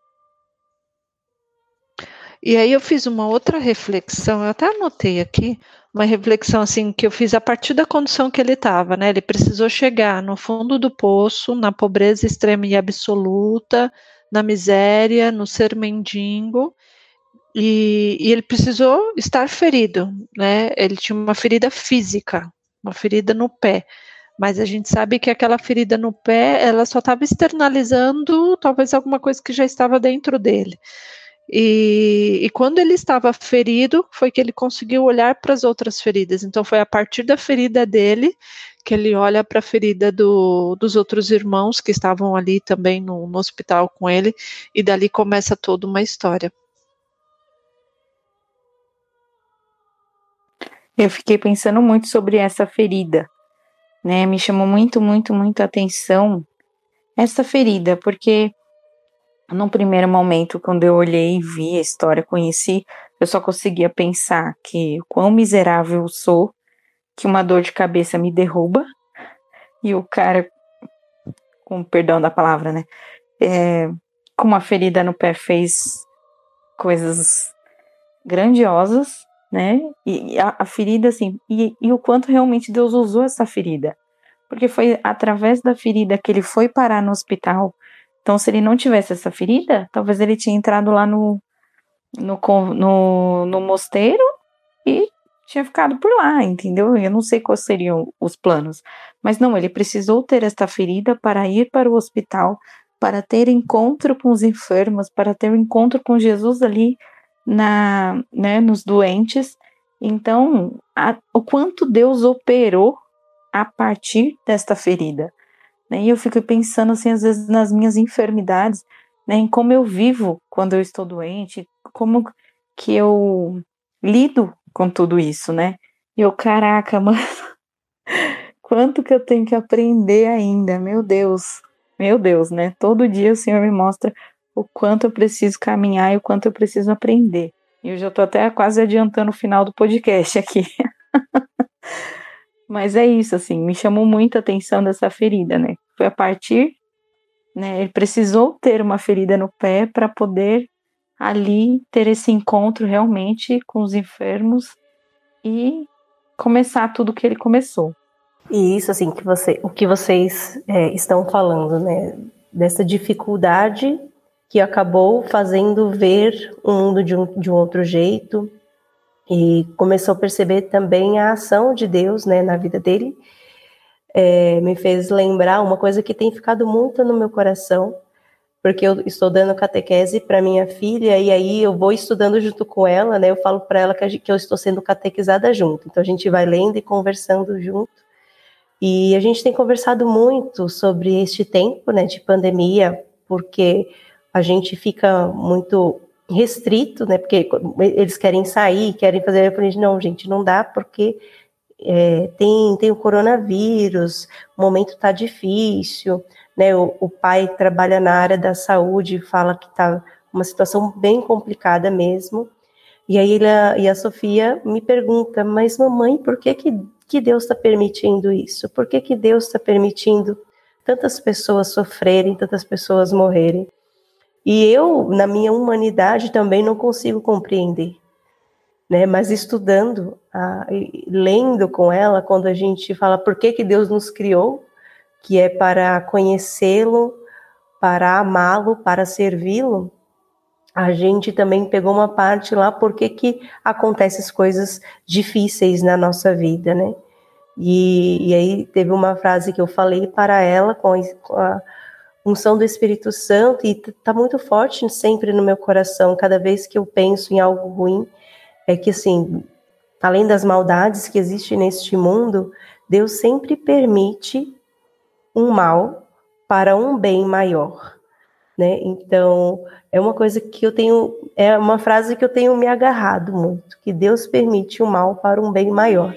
E aí eu fiz uma outra reflexão, eu até anotei aqui, uma reflexão assim que eu fiz a partir da condição que ele estava, né? Ele precisou chegar no fundo do poço, na pobreza extrema e absoluta, na miséria, no ser mendigo, e ele precisou estar ferido, né? Ele tinha uma ferida física, uma ferida no pé, mas a gente sabe que aquela ferida no pé, ela só estava externalizando talvez alguma coisa que já estava dentro dele. E quando ele estava ferido, foi que ele conseguiu olhar para as outras feridas. Então foi a partir da ferida dele que ele olha para a ferida dos outros irmãos que estavam ali também no hospital com ele, e dali começa toda uma história. Eu fiquei pensando muito sobre essa ferida, né? Me chamou muito, muito, muito a atenção essa ferida, porque num primeiro momento, quando eu olhei e vi a história, conheci, eu só conseguia pensar que o quão miserável eu sou, que uma dor de cabeça me derruba, e o cara, com perdão da palavra, né, com uma ferida no pé fez coisas grandiosas, né, e a ferida, assim, e o quanto realmente Deus usou essa ferida, porque foi através da ferida que ele foi parar no hospital. Então, se ele não tivesse essa ferida, talvez ele tinha entrado lá no mosteiro e tinha ficado por lá, entendeu? Eu não sei quais seriam os planos. Mas não, ele precisou ter esta ferida para ir para o hospital, para ter encontro com os enfermos, para ter um encontro com Jesus ali nos doentes. Então, o quanto Deus operou a partir desta ferida. E eu fico pensando, assim, às vezes nas minhas enfermidades, né, em como eu vivo quando eu estou doente, como que eu lido com tudo isso, né? E eu, caraca, mano, quanto que eu tenho que aprender ainda, meu Deus, né? Todo dia o Senhor me mostra o quanto eu preciso caminhar e o quanto eu preciso aprender. E eu já tô até quase adiantando o final do podcast aqui. Mas é isso, assim, me chamou muita atenção dessa ferida, né? Foi a partir, né? Ele precisou ter uma ferida no pé para poder ali ter esse encontro realmente com os enfermos e começar tudo que ele começou. E isso, assim, o que vocês estão falando, né? Dessa dificuldade que acabou fazendo ver o mundo de um outro jeito. E começou a perceber também a ação de Deus, né, na vida dele. me fez lembrar uma coisa que tem ficado muito no meu coração, porque eu estou dando catequese para minha filha, e aí eu vou estudando junto com ela, né? Eu falo para ela que eu estou sendo catequizada junto, então a gente vai lendo e conversando junto, e a gente tem conversado muito sobre este tempo, né, de pandemia, porque a gente fica muito restrito, né, porque eles querem sair, querem fazer, eu falei, não, gente, não dá, porque tem o coronavírus, o momento está difícil, né? O pai trabalha na área da saúde, fala que está uma situação bem complicada mesmo. E aí e a Sofia me pergunta, mas mamãe, por que Deus está permitindo isso? Por que Deus está permitindo tantas pessoas sofrerem, tantas pessoas morrerem? E eu, na minha humanidade, também não consigo compreender. Né, mas estudando, lendo com ela, quando a gente fala por que Deus nos criou, que é para conhecê-lo, para amá-lo, para servi-lo, a gente também pegou uma parte lá por que acontecem as coisas difíceis na nossa vida, né? E aí teve uma frase que eu falei para ela com a unção do Espírito Santo, e está muito forte sempre no meu coração, cada vez que eu penso em algo ruim, é que, assim, além das maldades que existem neste mundo, Deus sempre permite um mal para um bem maior, né? Então, é uma coisa que é uma frase que eu tenho me agarrado muito, que Deus permite o mal para um bem maior.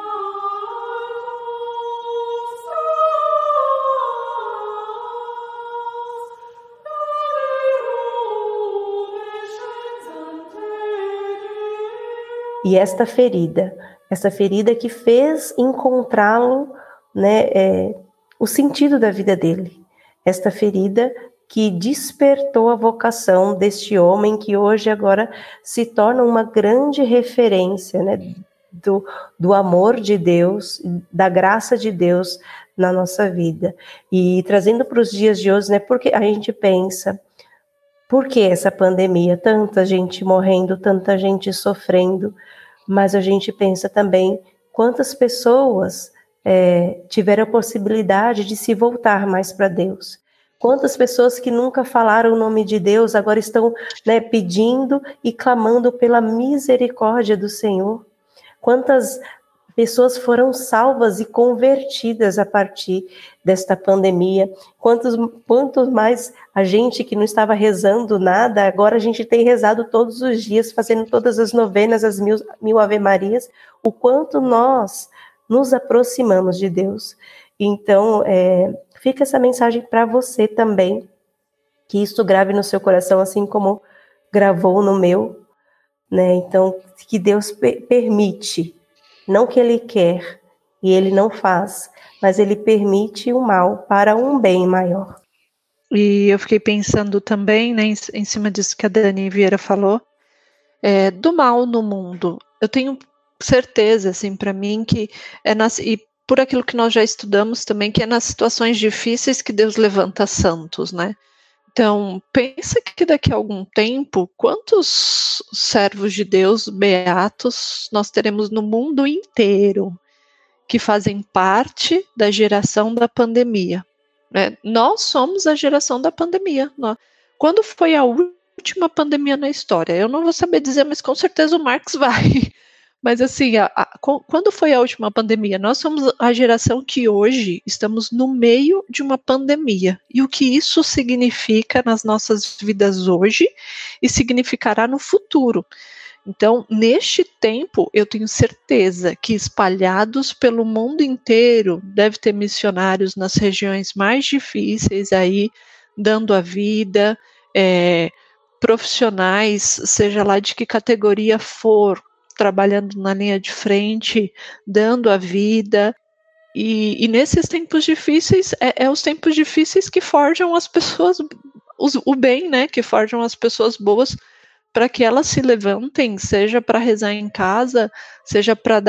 E essa ferida que fez encontrá-lo, né, o sentido da vida dele. Esta ferida que despertou a vocação deste homem que hoje agora se torna uma grande referência, né, do amor de Deus, da graça de Deus na nossa vida. E trazendo para os dias de hoje, né, porque a gente pensa, por que essa pandemia? Tanta gente morrendo, tanta gente sofrendo, mas a gente pensa também quantas pessoas tiveram a possibilidade de se voltar mais para Deus. Quantas pessoas que nunca falaram o nome de Deus agora estão, né, pedindo e clamando pela misericórdia do Senhor. Quantas pessoas foram salvas e convertidas a partir desta pandemia. Quantos mais a gente que não estava rezando nada, agora a gente tem rezado todos os dias, fazendo todas as novenas, as mil Ave-Marias, o quanto nós nos aproximamos de Deus. Então, fica essa mensagem para você também, que isto grave no seu coração, assim como gravou no meu, né? Então, que Deus permite, não que Ele quer e Ele não faz, mas Ele permite o mal para um bem maior. E eu fiquei pensando também, né, em cima disso que a Dani Vieira falou, do mal no mundo. Eu tenho certeza, assim, para mim, que e por aquilo que nós já estudamos também, que é nas situações difíceis que Deus levanta santos, né? Então, pensa que daqui a algum tempo, quantos servos de Deus beatos nós teremos no mundo inteiro que fazem parte da geração da pandemia, né? Nós somos a geração da pandemia. Quando foi a última pandemia na história? Eu não vou saber dizer, mas com certeza o Marx vai. Mas assim, quando foi a última pandemia? Nós somos a geração que hoje estamos no meio de uma pandemia. E o que isso significa nas nossas vidas hoje e significará no futuro. Então, neste tempo, eu tenho certeza que espalhados pelo mundo inteiro, deve ter missionários nas regiões mais difíceis aí, dando a vida, profissionais, seja lá de que categoria for, trabalhando na linha de frente, dando a vida, e nesses tempos difíceis, os tempos difíceis que forjam as pessoas, o bem, né, que forjam as pessoas boas, para que elas se levantem, seja para rezar em casa, seja para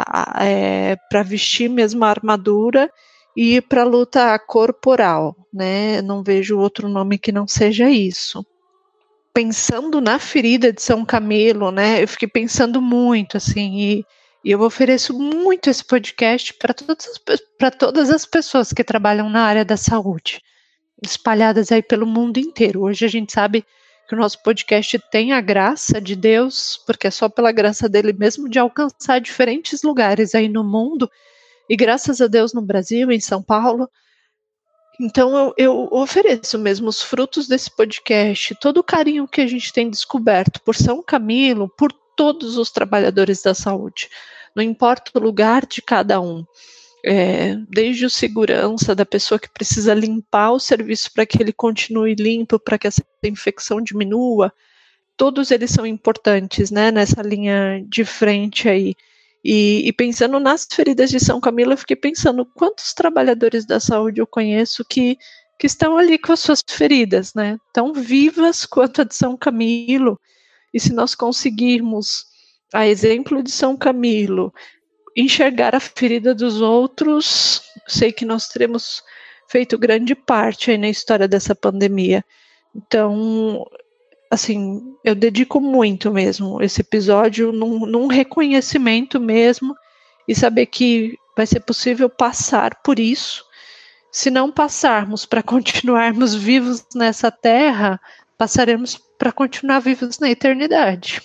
para vestir mesmo a armadura, e para a luta corporal, né, não vejo outro nome que não seja isso. Pensando na ferida de São Camilo, né, eu fiquei pensando muito, assim, E eu ofereço muito esse podcast para todas as pessoas que trabalham na área da saúde, espalhadas aí pelo mundo inteiro. Hoje a gente sabe que o nosso podcast tem a graça de Deus, porque é só pela graça dele mesmo, de alcançar diferentes lugares aí no mundo, e graças a Deus no Brasil, em São Paulo. Então eu ofereço mesmo os frutos desse podcast, todo o carinho que a gente tem descoberto por São Camilo, por todos os trabalhadores da saúde, não importa o lugar de cada um, desde o segurança da pessoa que precisa limpar o serviço para que ele continue limpo, para que essa infecção diminua, todos eles são importantes, né, nessa linha de frente aí. E pensando nas feridas de São Camilo, eu fiquei pensando quantos trabalhadores da saúde eu conheço que estão ali com as suas feridas, né, tão vivas quanto a de São Camilo. E se nós conseguirmos, a exemplo de São Camilo, enxergar a ferida dos outros, sei que nós teremos feito grande parte aí na história dessa pandemia. Então, assim, eu dedico muito mesmo esse episódio num reconhecimento mesmo, e saber que vai ser possível passar por isso. Se não passarmos para continuarmos vivos nessa terra, passaremos para continuar vivos na eternidade.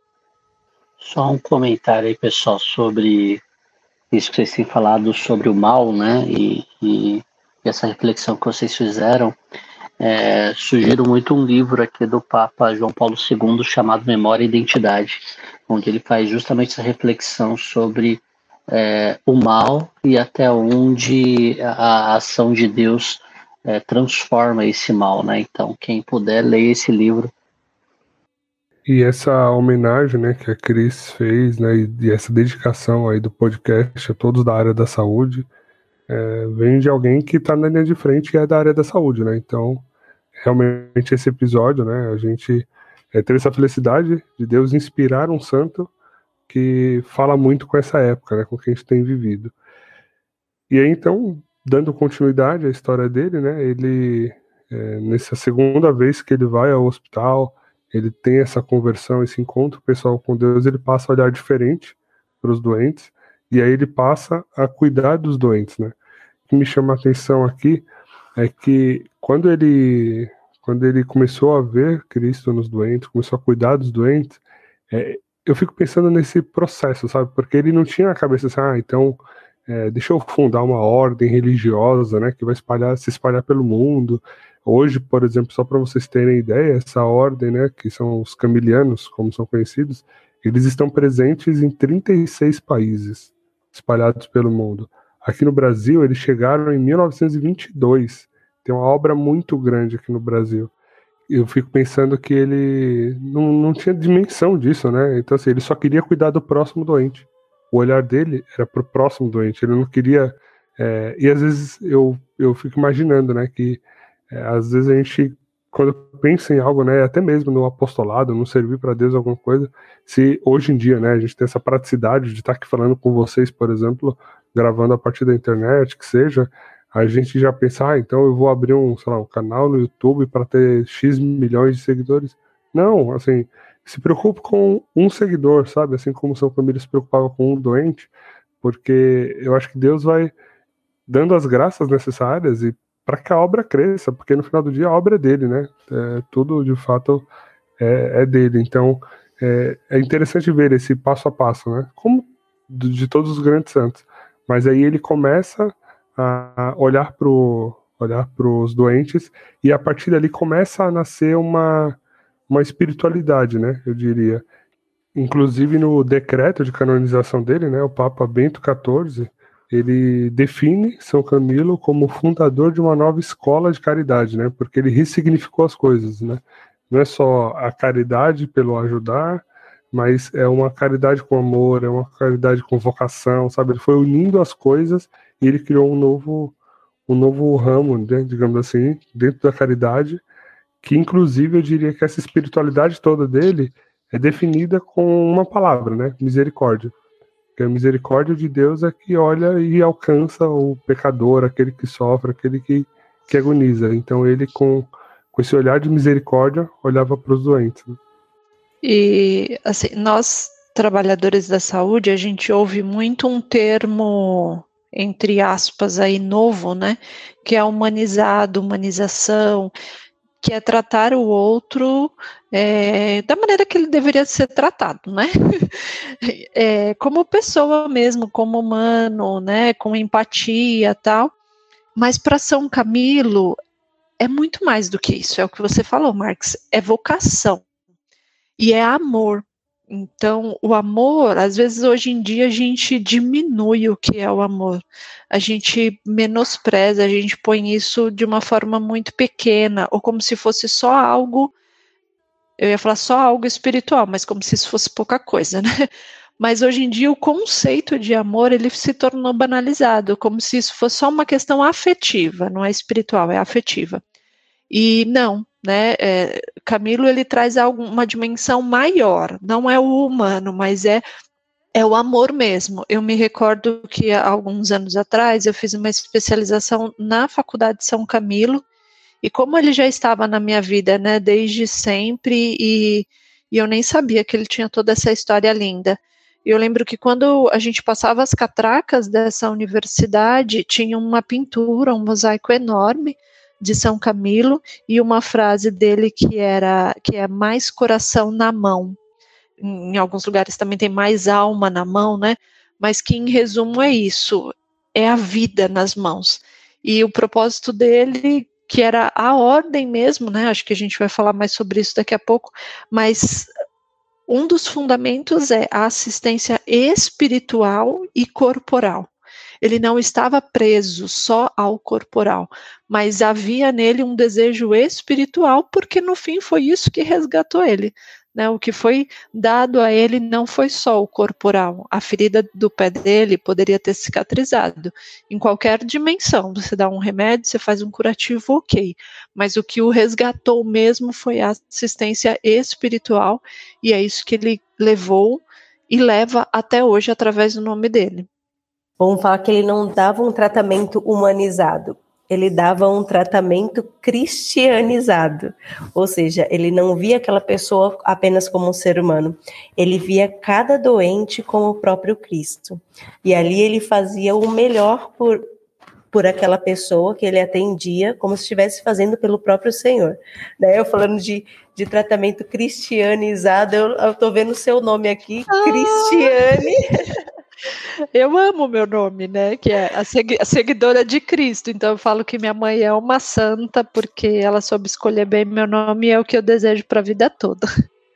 Só um comentário aí, pessoal, sobre isso que vocês têm falado sobre o mal, né? E essa reflexão que vocês fizeram. Sugiro muito um livro aqui do Papa João Paulo II chamado Memória e Identidade, onde ele faz justamente essa reflexão sobre o mal e até onde a ação de Deus transforma esse mal, né? Então, quem puder, leia esse livro. E essa homenagem, né, que a Cris fez, né, e essa dedicação aí do podcast a todos da área da saúde, vem de alguém que está na linha de frente e é da área da saúde, né? Então, realmente esse episódio, né, a gente teve essa felicidade de Deus inspirar um santo que fala muito com essa época, né, com o que a gente tem vivido. E aí, então, dando continuidade à história dele, né, ele, nessa segunda vez que ele vai ao hospital, ele tem essa conversão, esse encontro pessoal com Deus, ele passa a olhar diferente para os doentes, e aí ele passa a cuidar dos doentes, né? O que me chama a atenção aqui é que quando ele começou a ver Cristo nos doentes, começou a cuidar dos doentes, eu fico pensando nesse processo, sabe? Porque ele não tinha na cabeça assim, então deixa eu fundar uma ordem religiosa, né, que vai se espalhar pelo mundo. Hoje, por exemplo, só para vocês terem ideia, essa ordem, né, que são os camilianos, como são conhecidos, eles estão presentes em 36 países, espalhados pelo mundo. Aqui no Brasil, eles chegaram em 1922. Tem uma obra muito grande aqui no Brasil. Eu fico pensando que ele não tinha dimensão disso, né? Então, assim, ele só queria cuidar do próximo doente. O olhar dele era pro próximo doente. Ele não queria... e às vezes eu fico imaginando, né, que às vezes a gente, quando pensa em algo, né, até mesmo no apostolado, no servir para Deus alguma coisa, se hoje em dia, né, a gente tem essa praticidade de estar aqui falando com vocês, por exemplo, gravando a partir da internet, que seja, a gente já pensa, então eu vou abrir um canal no YouTube para ter X milhões de seguidores. Não, assim, se preocupe com um seguidor, sabe, assim como São Camilo se preocupava com um doente, porque eu acho que Deus vai dando as graças necessárias e para que a obra cresça, porque no final do dia a obra é dele, né? Tudo de fato é dele. Então é interessante ver esse passo a passo, né? Como de todos os grandes santos. Mas aí ele começa a olhar para os doentes e a partir dali começa a nascer uma espiritualidade, né? Eu diria. Inclusive no decreto de canonização dele, né? O Papa Bento XIV, ele define São Camilo como fundador de uma nova escola de caridade, né? Porque ele ressignificou as coisas, né? Não é só a caridade pelo ajudar, mas é uma caridade com amor, é uma caridade com vocação, sabe? Ele foi unindo as coisas e ele criou um novo ramo, né, digamos assim, dentro da caridade, que inclusive eu diria que essa espiritualidade toda dele é definida com uma palavra, né? Misericórdia. Porque a misericórdia de Deus é que olha e alcança o pecador, aquele que sofre, aquele que agoniza. Então ele, com esse olhar de misericórdia, olhava para os doentes. Né? E, assim, nós trabalhadores da saúde, a gente ouve muito um termo, entre aspas, aí novo, né? Que é humanizado, humanização, que é tratar o outro da maneira que ele deveria ser tratado, né? Como pessoa mesmo, como humano, né? Com empatia e tal. Mas para São Camilo é muito mais do que isso, é o que você falou, Marx, é vocação e é amor. Então, o amor, às vezes hoje em dia a gente diminui o que é o amor, a gente menospreza, a gente põe isso de uma forma muito pequena, ou como se fosse só algo, eu ia falar só algo espiritual, mas como se isso fosse pouca coisa, né? Mas hoje em dia o conceito de amor, ele se tornou banalizado, como se isso fosse só uma questão afetiva, não é espiritual, é afetiva. E não, né? Camilo, ele traz uma dimensão maior, não é o humano, mas é o amor mesmo. Eu me recordo que há alguns anos atrás eu fiz uma especialização na Faculdade de São Camilo, e como ele já estava na minha vida, né, desde sempre, e eu nem sabia que ele tinha toda essa história linda. Eu lembro que quando a gente passava as catracas dessa universidade, tinha uma pintura, um mosaico enorme de São Camilo, e uma frase dele que é mais coração na mão. Em alguns lugares também tem mais alma na mão, né? Mas que em resumo é isso, é a vida nas mãos. E o propósito dele, que era a ordem mesmo, né? Acho que a gente vai falar mais sobre isso daqui a pouco, mas um dos fundamentos é a assistência espiritual e corporal. Ele não estava preso só ao corporal, mas havia nele um desejo espiritual, porque no fim foi isso que resgatou ele. Né? O que foi dado a ele não foi só o corporal. A ferida do pé dele poderia ter cicatrizado em qualquer dimensão. Você dá um remédio, você faz um curativo, ok. Mas o que o resgatou mesmo foi a assistência espiritual, e é isso que ele levou e leva até hoje através do nome dele. Vamos falar que ele não dava um tratamento humanizado, ele dava um tratamento cristianizado, ou seja, ele não via aquela pessoa apenas como um ser humano, ele via cada doente como o próprio Cristo, e ali ele fazia o melhor por aquela pessoa que ele atendia, como se estivesse fazendo pelo próprio Senhor. Daí eu falando de tratamento cristianizado, eu tô vendo o seu nome aqui, Cristiane. Eu amo meu nome, né? Que é a seguidora de Cristo. Então eu falo que minha mãe é uma santa porque ela soube escolher bem meu nome e é o que eu desejo para a vida toda.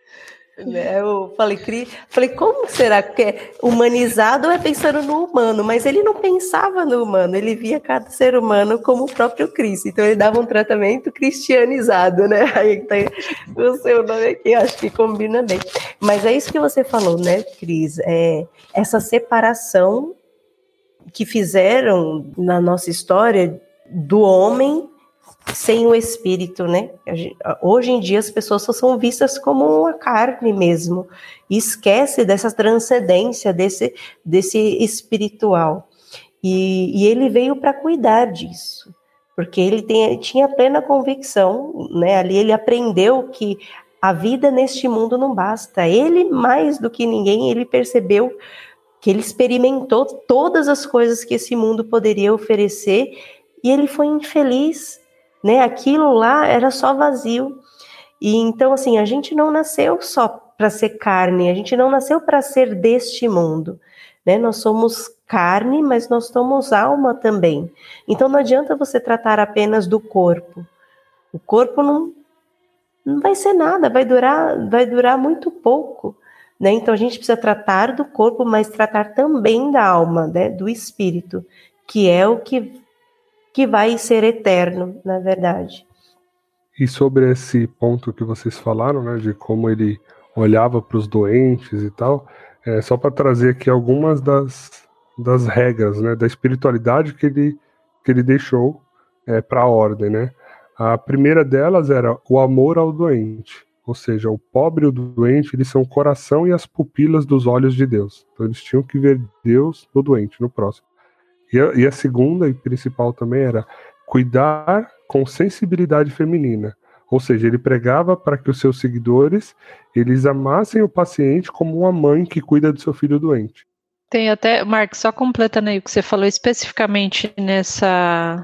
Eu falei, como será que é humanizado é pensando no humano, mas ele não pensava no humano, ele via cada ser humano como o próprio Cristo, então ele dava um tratamento cristianizado, né? Aí tem o seu nome aqui, acho que combina bem. Mas é isso que você falou, né, Cris? Essa separação que fizeram na nossa história do homem sem o espírito, né? Hoje em dia as pessoas só são vistas como a carne mesmo, e esquece dessa transcendência, desse espiritual. E ele veio para cuidar disso, porque ele tinha plena convicção, né? Ali ele aprendeu que a vida neste mundo não basta. Ele, mais do que ninguém, ele percebeu que ele experimentou todas as coisas que esse mundo poderia oferecer, e ele foi infeliz, né? Aquilo lá era só vazio. E então, assim, a gente não nasceu só para ser carne, a gente não nasceu para ser deste mundo, né? Nós somos carne, mas nós somos alma também. Então não adianta você tratar apenas do corpo. O corpo não vai ser nada, vai durar muito pouco, né? Então a gente precisa tratar do corpo, mas tratar também da alma, né? Do espírito, que é o que vai ser eterno, na verdade. E sobre esse ponto que vocês falaram, né, de como ele olhava para os doentes e tal, só para trazer aqui algumas das regras, né, da espiritualidade que ele deixou para a ordem, né. A primeira delas era o amor ao doente, ou seja, o pobre e o doente, eles são o coração e as pupilas dos olhos de Deus. Então eles tinham que ver Deus no doente, no próximo. E a segunda e principal também era cuidar com sensibilidade feminina, Ou seja, ele pregava para que os seus seguidores, eles amassem o paciente como uma mãe que cuida do seu filho doente. Tem até, Marcos, só completando aí o que você falou especificamente nessa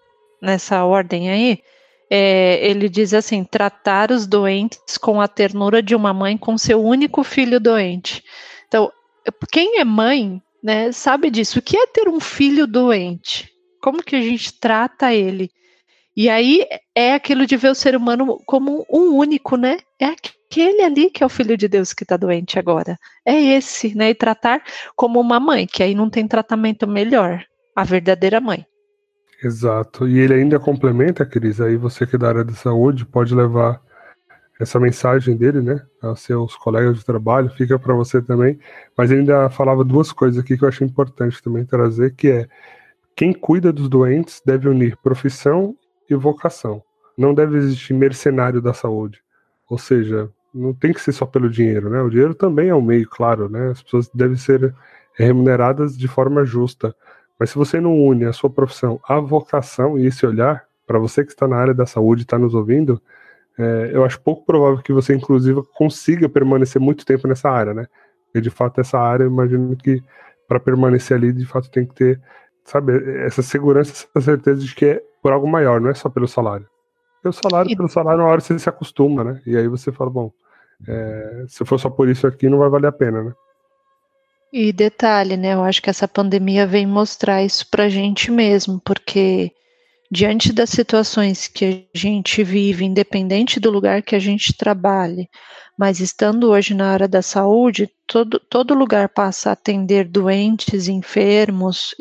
ordem aí, ele diz assim, tratar os doentes com a ternura de uma mãe com seu único filho doente. Então, quem é mãe, né, sabe disso. O que é ter um filho doente? Como que a gente trata ele? E aí é aquilo de ver o ser humano como um único, né? É aquele ali que é o filho de Deus que está doente agora. É esse, né? E tratar como uma mãe, que aí não tem tratamento melhor. A verdadeira mãe. Exato. E ele ainda complementa, Cris, aí você que é da área de saúde pode levar essa mensagem dele, né, aos seus colegas de trabalho, fica para você também, mas ele ainda falava duas coisas aqui que eu acho importante também trazer, que é, quem cuida dos doentes deve unir profissão e vocação. Não deve existir mercenário da saúde. Ou seja, não tem que ser só pelo dinheiro, né? O dinheiro também é um meio, claro, né? As pessoas devem ser remuneradas de forma justa. Mas se você não une a sua profissão à vocação e esse olhar, para você que está na área da saúde e está nos ouvindo, eu acho pouco provável que você, inclusive, consiga permanecer muito tempo nessa área, né? Porque, de fato, essa área, eu imagino que para permanecer ali, de fato, tem que ter, sabe, essa segurança, essa certeza de que é por algo maior, não é só pelo salário. Pelo salário, na hora você se acostuma, né? E aí você fala, bom, se for só por isso aqui, não vai valer a pena, né? E detalhe, né? Eu acho que essa pandemia vem mostrar isso pra gente mesmo, porque diante das situações que a gente vive, independente do lugar que a gente trabalhe, mas estando hoje na área da saúde, todo lugar passa a atender doentes, enfermos,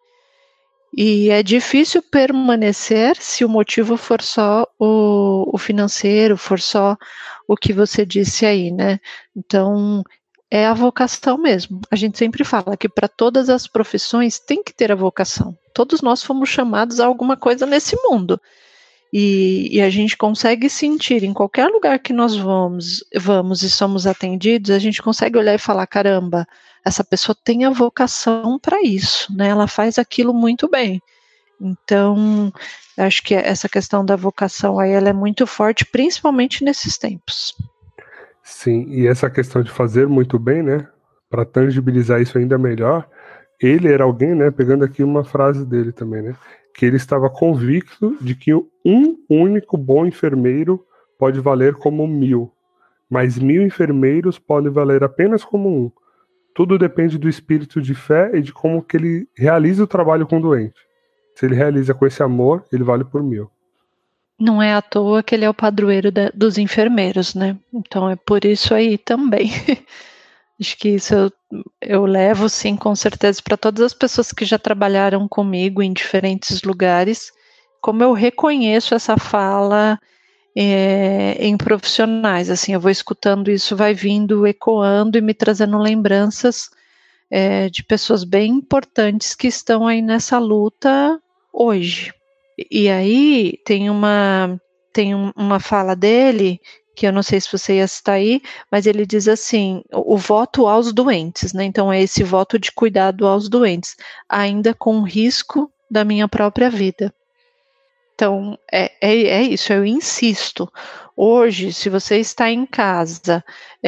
e é difícil permanecer se o motivo for só o financeiro, for só o que você disse aí, né? Então, é a vocação mesmo. A gente sempre fala que para todas as profissões tem que ter a vocação. Todos nós fomos chamados a alguma coisa nesse mundo. E a gente consegue sentir em qualquer lugar que nós vamos e somos atendidos, a gente consegue olhar e falar, caramba, essa pessoa tem a vocação para isso, né? Ela faz aquilo muito bem. Então, acho que essa questão da vocação aí, ela é muito forte, principalmente nesses tempos. Sim, e essa questão de fazer muito bem, né, para tangibilizar isso ainda melhor, ele era alguém, né, pegando aqui uma frase dele também, né, que ele estava convicto de que um único bom enfermeiro pode valer como 1000, mas 1000 enfermeiros podem valer apenas como um. Tudo depende do espírito de fé e de como que ele realiza o trabalho com o doente. Se ele realiza com esse amor, ele vale por 1000. Não é à toa que ele é o padroeiro dos enfermeiros, né? Então é por isso aí também. Acho que isso eu levo, sim, com certeza, para todas as pessoas que já trabalharam comigo em diferentes lugares, como eu reconheço essa fala em profissionais. Assim, eu vou escutando isso, vai vindo, ecoando e me trazendo lembranças de pessoas bem importantes que estão aí nessa luta hoje. E aí tem uma fala dele, que eu não sei se você ia citar aí, mas ele diz assim, o voto aos doentes, né? Então é esse voto de cuidado aos doentes, ainda com o risco da minha própria vida. Então é isso, eu insisto. Hoje, se você está em casa,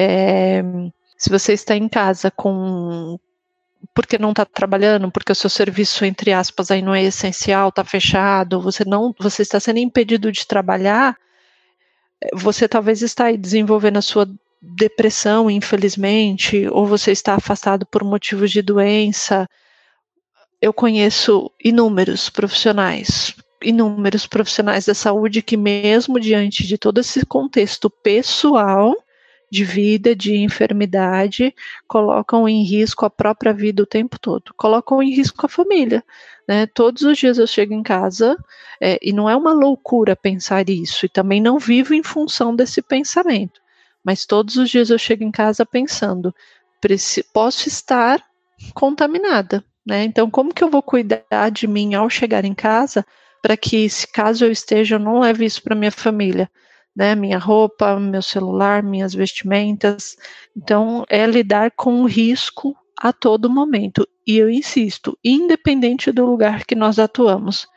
porque não está trabalhando, porque o seu serviço, entre aspas, aí não é essencial, está fechado, você está sendo impedido de trabalhar, você talvez está aí desenvolvendo a sua depressão, infelizmente, ou você está afastado por motivos de doença. Eu conheço inúmeros profissionais da saúde que mesmo diante de todo esse contexto pessoal, de vida, de enfermidade, colocam em risco a própria vida o tempo todo, colocam em risco a família, né? Todos os dias eu chego em casa, e não é uma loucura pensar isso, e também não vivo em função desse pensamento, mas todos os dias eu chego em casa pensando, posso estar contaminada, né? Então como que eu vou cuidar de mim ao chegar em casa, para que, se caso eu esteja, eu não leve isso para minha família, né, minha roupa, meu celular, minhas vestimentas. Então, é lidar com o risco a todo momento. E eu insisto, independente do lugar que nós atuamos,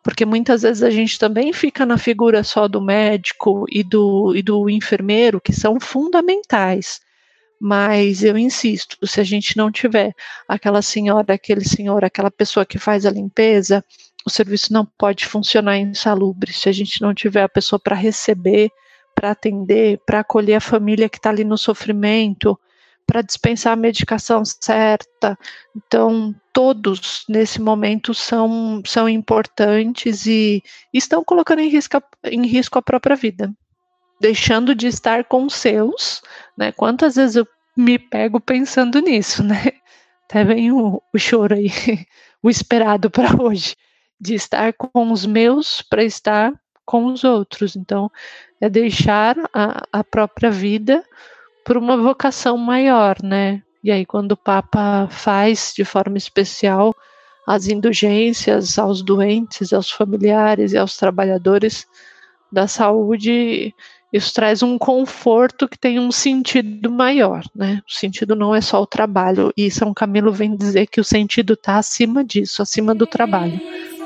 porque muitas vezes a gente também fica na figura só do médico e do enfermeiro, que são fundamentais. Mas eu insisto, se a gente não tiver aquela senhora, aquele senhor, aquela pessoa que faz a limpeza, o serviço não pode funcionar insalubre. Se a gente não tiver a pessoa para receber, para atender, para acolher a família que está ali no sofrimento, para dispensar a medicação certa. Então, todos nesse momento são importantes e estão colocando em risco a própria vida, deixando de estar com os seus, né? Quantas vezes eu me pego pensando nisso, né? Até vem o choro aí, o esperado para hoje, de estar com os meus para estar com os outros. Então, é deixar a própria vida por uma vocação maior, né? E aí, quando o Papa faz de forma especial as indulgências aos doentes, aos familiares e aos trabalhadores da saúde, isso traz um conforto que tem um sentido maior, né? O sentido não é só o trabalho, e São Camilo vem dizer que o sentido está acima disso, acima do trabalho.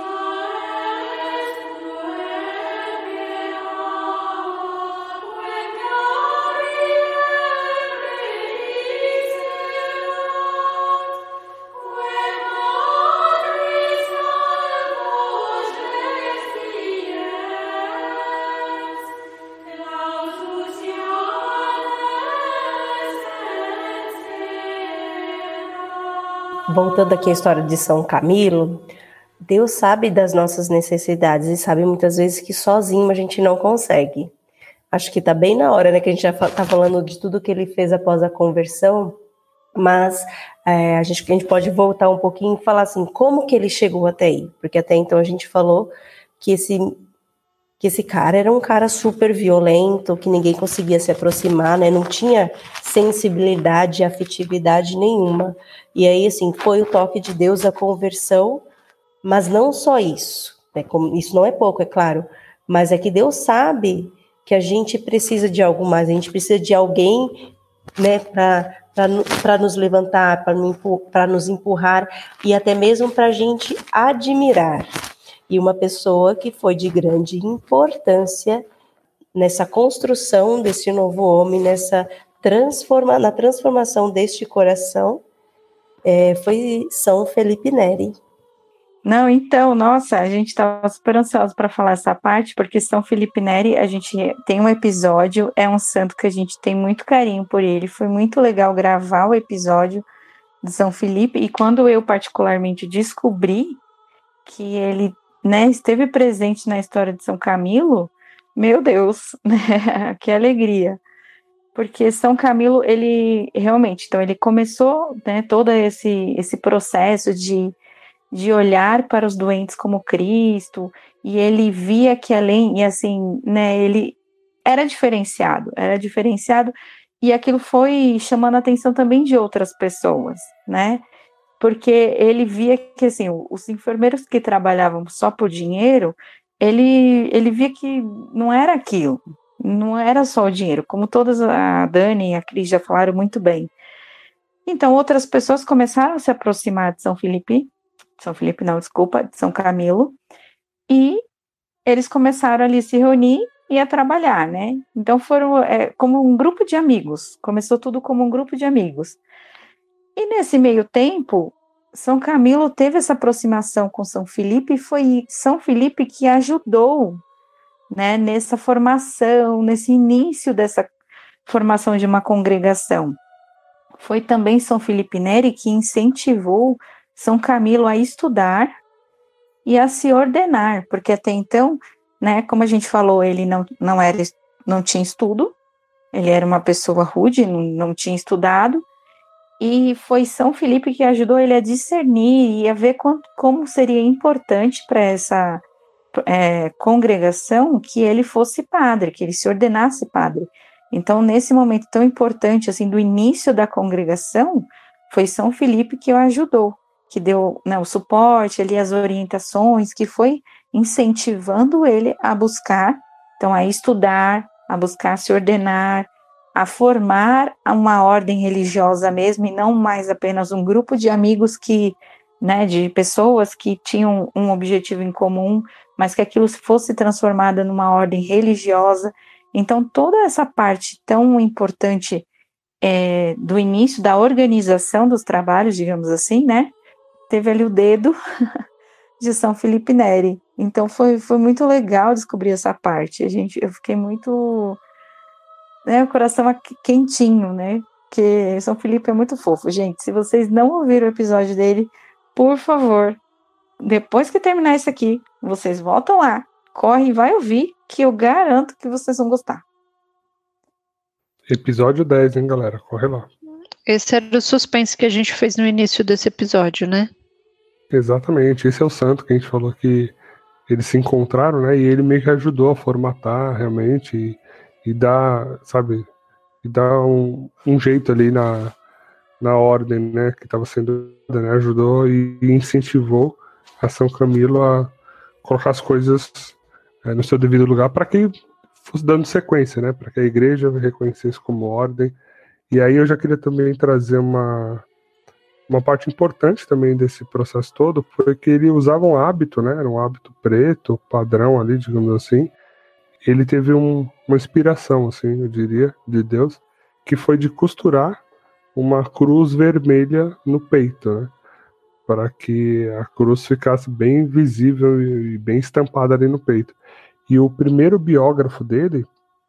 Voltando aqui à história de São Camilo, Deus sabe das nossas necessidades e sabe muitas vezes que sozinho a gente não consegue. Acho que está bem na hora, né, que a gente já está falando de tudo que ele fez após a conversão, mas a gente pode voltar um pouquinho e falar assim, como que ele chegou até aí? Porque até então a gente falou que esse cara era um cara super violento, que ninguém conseguia se aproximar, né? Não tinha sensibilidade, afetividade nenhuma. E aí, assim, foi o toque de Deus, a conversão, mas não só isso, né? Isso não é pouco, é claro, mas é que Deus sabe que a gente precisa de algo mais, a gente precisa de alguém, né, para nos levantar, para nos empurrar e até mesmo para a gente admirar. E uma pessoa que foi de grande importância nessa construção desse novo homem, na transformação deste coração, foi São Felipe Neri. Não, então, nossa, a gente estava super ansioso para falar essa parte, porque São Felipe Neri, a gente tem um episódio, é um santo que a gente tem muito carinho por ele, foi muito legal gravar o episódio de São Felipe, e quando eu particularmente descobri que ele, né, esteve presente na história de São Camilo, meu Deus, né, que alegria, porque São Camilo, ele realmente, então ele começou, né, todo esse processo de olhar para os doentes como Cristo, e ele via que além, e assim, né, ele era diferenciado, e aquilo foi chamando a atenção também de outras pessoas, né, porque ele via que, assim, os enfermeiros que trabalhavam só por dinheiro, ele via que não era aquilo, não era só o dinheiro, como todas, a Dani e a Cris já falaram muito bem. Então, outras pessoas começaram a se aproximar de São Felipe não, desculpa, de São Camilo, e eles começaram ali a se reunir e a trabalhar, né? Então foram como um grupo de amigos, começou tudo como um grupo de amigos. E nesse meio tempo, São Camilo teve essa aproximação com São Felipe, e foi São Felipe que ajudou, né, nessa formação, nesse início dessa formação de uma congregação. Foi também São Felipe Neri que incentivou São Camilo a estudar e a se ordenar, porque até então, né, como a gente falou, ele não tinha estudo, ele era uma pessoa rude, não tinha estudado, e foi São Felipe que ajudou ele a discernir e a ver como seria importante para essa congregação que ele fosse padre, que ele se ordenasse padre. Então, nesse momento tão importante, assim, do início da congregação, foi São Felipe que o ajudou, que deu, né, o suporte ali, as orientações, que foi incentivando ele a buscar, então, a estudar, a buscar se ordenar, a formar uma ordem religiosa mesmo, e não mais apenas um grupo de amigos que né, de pessoas que tinham um objetivo em comum, mas que aquilo fosse transformado numa ordem religiosa. Então, toda essa parte tão importante do início da organização dos trabalhos, digamos assim, né, teve ali o dedo de São Felipe Neri. Então, foi muito legal descobrir essa parte. Eu fiquei muito, né, o coração quentinho, né, porque São Felipe é muito fofo. Gente, se vocês não ouviram o episódio dele, por favor, depois que terminar isso aqui, vocês voltam lá, corre e vai ouvir, que eu garanto que vocês vão gostar. Episódio 10, hein, galera? Corre lá. Esse era o suspense que a gente fez no início desse episódio, né? Exatamente. Esse é o santo que a gente falou que eles se encontraram, né? E ele meio que ajudou a formatar realmente e dar, sabe, e dar um jeito ali na ordem, né, que estava sendo, né, ajudou e incentivou a São Camilo a colocar as coisas no seu devido lugar para que fosse dando sequência, né, para que a igreja reconhecesse como ordem. E aí eu já queria também trazer uma parte importante também desse processo todo, foi que ele usava um hábito, né, era um hábito preto, padrão ali, digamos assim. Ele teve uma inspiração, assim, eu diria, de Deus, que foi de costurar uma cruz vermelha no peito, né? Para que a cruz ficasse bem visível e bem estampada ali no peito. E o primeiro biógrafo dele,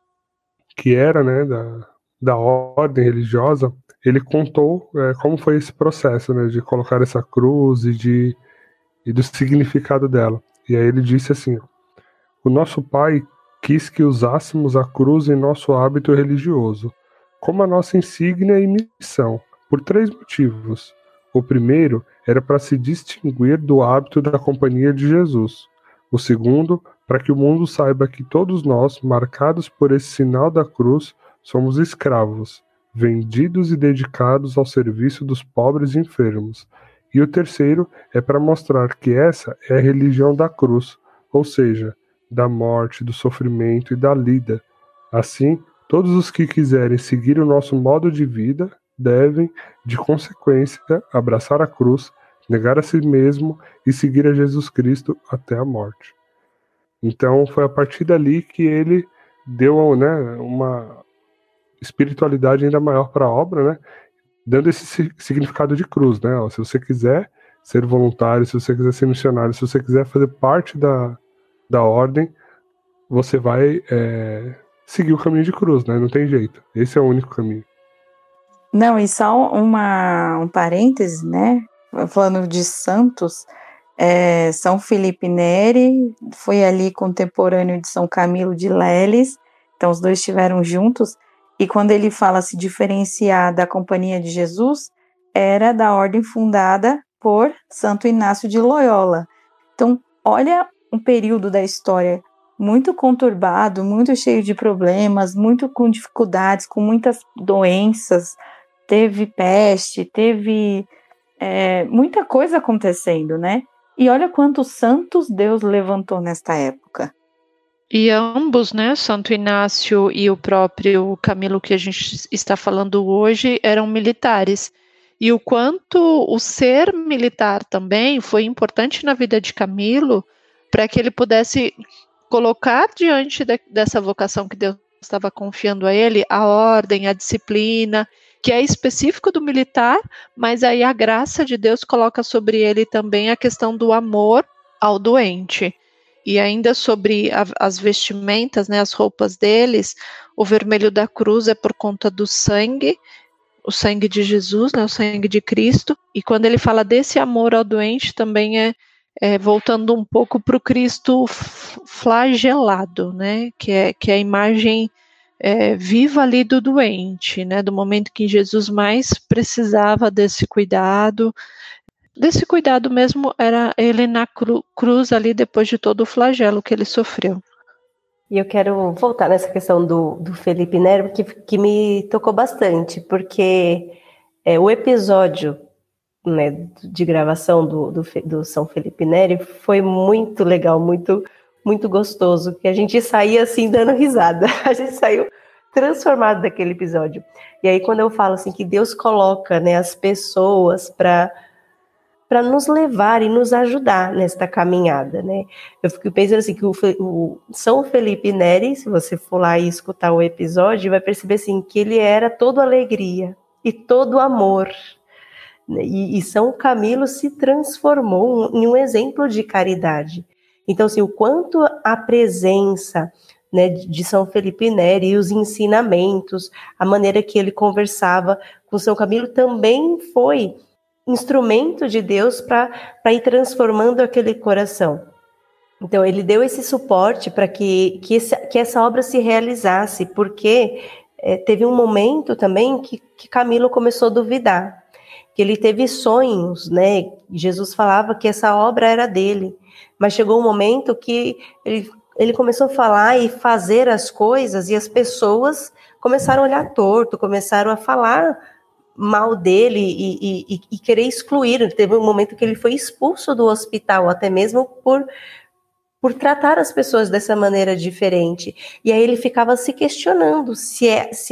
que era, né, da ordem religiosa, ele contou como foi esse processo, né, de colocar essa cruz e do significado dela. E aí ele disse assim: o nosso pai quis que usássemos a cruz em nosso hábito religioso, como a nossa insígnia e missão, por 3 motivos. O primeiro era para se distinguir do hábito da companhia de Jesus. O segundo, para que o mundo saiba que todos nós, marcados por esse sinal da cruz, somos escravos, vendidos e dedicados ao serviço dos pobres e enfermos. E o terceiro é para mostrar que essa é a religião da cruz, ou seja, da morte, do sofrimento e da lida. Assim, todos os que quiserem seguir o nosso modo de vida devem, de consequência, abraçar a cruz, negar a si mesmo e seguir a Jesus Cristo até a morte. Então foi a partir dali que ele deu, né, uma espiritualidade ainda maior para a obra, né, dando esse significado de cruz, né? Se você quiser ser voluntário, se você quiser ser missionário, se você quiser fazer parte da ordem, você vai seguir o caminho de cruz, né? Não tem jeito. Esse é o único caminho. Não, e só um parêntese, né? Falando de santos, São Felipe Neri foi ali contemporâneo de São Camilo de Leles, então os dois estiveram juntos, e quando ele fala se diferenciar da Companhia de Jesus, era da ordem fundada por Santo Inácio de Loyola. Então, olha um período da história muito conturbado, muito cheio de problemas, muito com dificuldades, com muitas doenças, teve peste, teve muita coisa acontecendo, né? E olha quantos santos Deus levantou nesta época. E ambos, né, Santo Inácio e o próprio Camilo que a gente está falando hoje, eram militares. E o quanto o ser militar também foi importante na vida de Camilo para que ele pudesse colocar diante dessa vocação que Deus estava confiando a ele, a ordem, a disciplina, que é específico do militar, mas aí a graça de Deus coloca sobre ele também a questão do amor ao doente. E ainda sobre as vestimentas, né, as roupas deles, o vermelho da cruz é por conta do sangue, o sangue de Jesus, né, o sangue de Cristo. E quando ele fala desse amor ao doente, também voltando um pouco para o Cristo flagelado, né, que é a imagem viva ali do doente, né, do momento que Jesus mais precisava desse cuidado. Desse cuidado mesmo era ele na cruz ali depois de todo o flagelo que ele sofreu. E eu quero voltar nessa questão do Felipe Neri, que me tocou bastante, porque o episódio, né, de gravação do São Felipe Neri foi muito legal, muito, muito gostoso, que a gente saía assim dando risada, a gente saiu transformado daquele episódio. E aí quando eu falo assim que Deus coloca, né, as pessoas para para nos levar e nos ajudar nesta caminhada, né? Eu fico pensando assim, que o São Felipe Neri, se você for lá e escutar o episódio, vai perceber assim, que ele era todo alegria e todo amor. E São Camilo se transformou em um exemplo de caridade. Então, assim, o quanto a presença, né, de São Felipe Neri e os ensinamentos, a maneira que ele conversava com São Camilo também foi instrumento de Deus para ir transformando aquele coração. Então, ele deu esse suporte para que essa obra se realizasse, porque teve um momento também que Camilo começou a duvidar, que ele teve sonhos, né? Jesus falava que essa obra era dele, mas chegou um momento que ele começou a falar e fazer as coisas, e as pessoas começaram a olhar torto, começaram a falar mal dele e querer excluir. Teve um momento que ele foi expulso do hospital, até mesmo por tratar as pessoas dessa maneira diferente. E aí ele ficava se questionando se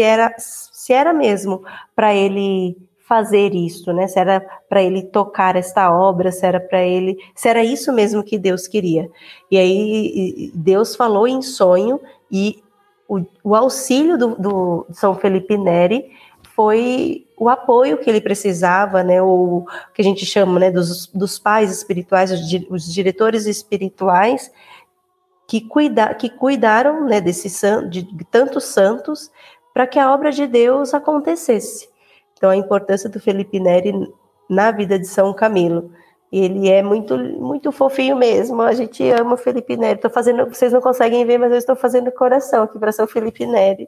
era mesmo para ele fazer isso, né? Se era para ele tocar esta obra, se era isso mesmo que Deus queria. E aí Deus falou em sonho, e o auxílio do São Felipe Neri foi o apoio que ele precisava, né? O que a gente chama, né, dos pais espirituais, os diretores espirituais que cuidaram, né, de tantos santos, para que a obra de Deus acontecesse. Então, a importância do Felipe Neri na vida de São Camilo. Ele é muito, muito fofinho mesmo. A gente ama o Felipe Neri. Vocês não conseguem ver, mas eu estou fazendo coração aqui para São Felipe Neri.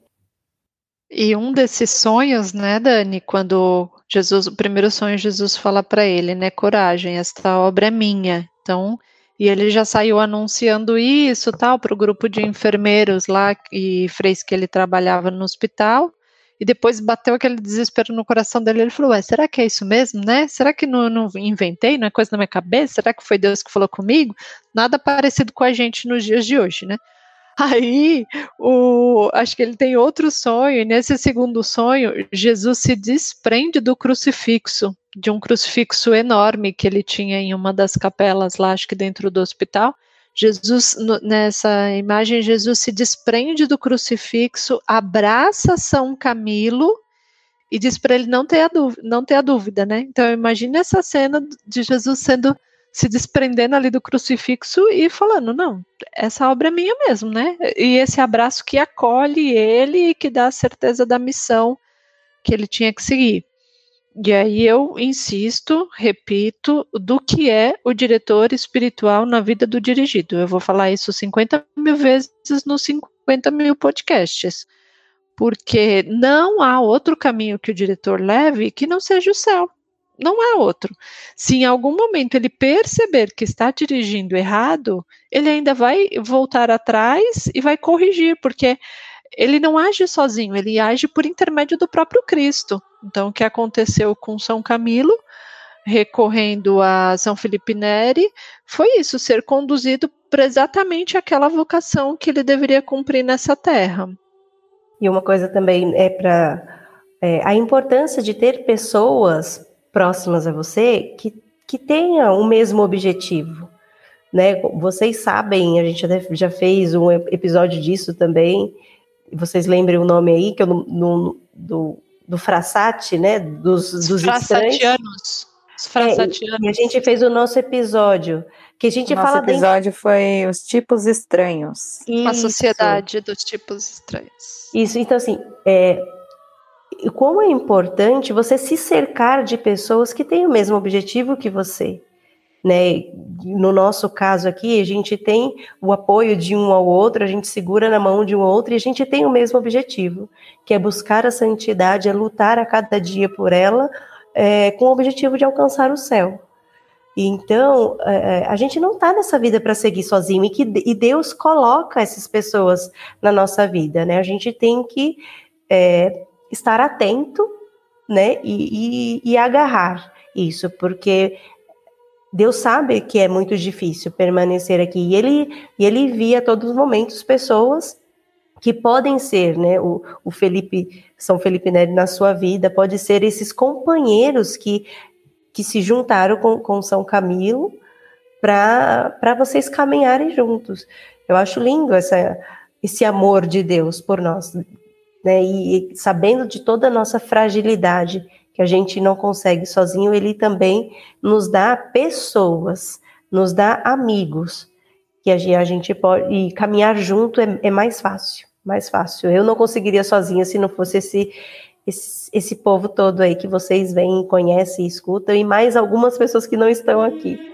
E um desses sonhos, né, Dani, quando o primeiro sonho, Jesus fala para ele, né, coragem, esta obra é minha. Então, e ele já saiu anunciando isso, tal, para o grupo de enfermeiros lá e freios que ele trabalhava no hospital. E depois bateu aquele desespero no coração dele. Ele falou, será que é isso mesmo, né? Será que não inventei, não é coisa na minha cabeça? Será que foi Deus que falou comigo? Nada parecido com a gente nos dias de hoje, né? Aí, acho que ele tem outro sonho, e nesse segundo sonho, Jesus se desprende do crucifixo, de um crucifixo enorme que ele tinha em uma das capelas lá, acho que dentro do hospital. Nessa imagem, Jesus se desprende do crucifixo, abraça São Camilo e diz para ele não ter a dúvida, né? Então, imagina essa cena de Jesus se desprendendo ali do crucifixo e falando, não, essa obra é minha mesmo, né? E esse abraço que acolhe ele e que dá a certeza da missão que ele tinha que seguir. E aí eu insisto, repito, do que é o diretor espiritual na vida do dirigido. Eu vou falar isso 50 mil vezes nos 50 mil podcasts, porque não há outro caminho que o diretor leve que não seja o céu. Não há outro. Se em algum momento ele perceber que está dirigindo errado, ele ainda vai voltar atrás e vai corrigir, porque ele não age sozinho, ele age por intermédio do próprio Cristo. Então, o que aconteceu com São Camilo, recorrendo a São Felipe Neri, foi isso, ser conduzido para exatamente aquela vocação que ele deveria cumprir nessa terra. E uma coisa também a importância de ter pessoas próximas a você que tenham o mesmo objetivo, né? Vocês sabem, a gente já fez um episódio disso também. Vocês lembram o nome aí que do Frassati, né? Dos Frassatianos. Os Frassatianos. E a gente fez o nosso episódio que a gente fala. Nosso episódio foi os tipos estranhos. A sociedade dos tipos estranhos. Isso. Então, assim, como é importante você se cercar de pessoas que têm o mesmo objetivo que você, né? No nosso caso aqui, a gente tem o apoio de um ao outro, a gente segura na mão de um ao outro e a gente tem o mesmo objetivo, que é buscar a santidade, é lutar a cada dia por ela, com o objetivo de alcançar o céu. E então, a gente não está nessa vida para seguir sozinho, e Deus coloca essas pessoas na nossa vida, né? A gente tem que estar atento, né? E agarrar isso, porque Deus sabe que é muito difícil permanecer aqui, e ele via a todos os momentos pessoas que podem ser, né, São Felipe Neri na sua vida, pode ser esses companheiros que que se juntaram com São Camilo para vocês caminharem juntos. Eu acho lindo esse amor de Deus por nós, né? E sabendo de toda a nossa fragilidade, que a gente não consegue sozinho, ele também nos dá pessoas, nos dá amigos, que a gente pode, e caminhar junto é mais fácil, mais fácil. Eu não conseguiria sozinha se não fosse esse povo todo aí que vocês veem, conhecem e escutam, e mais algumas pessoas que não estão aqui.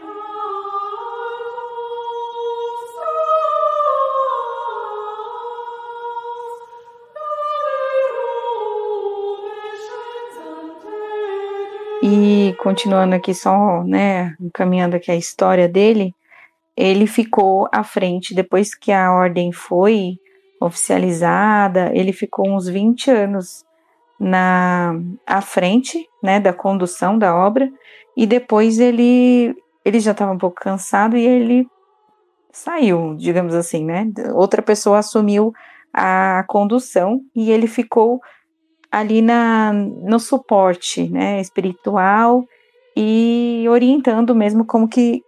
E continuando aqui só, né, encaminhando aqui a história dele, ele ficou à frente, depois que a ordem foi oficializada, ele ficou uns 20 anos à frente, né, da condução da obra, e depois ele já estava um pouco cansado e ele saiu, digamos assim, né, outra pessoa assumiu a condução e ele ficou ali no suporte, né, espiritual e orientando mesmo como que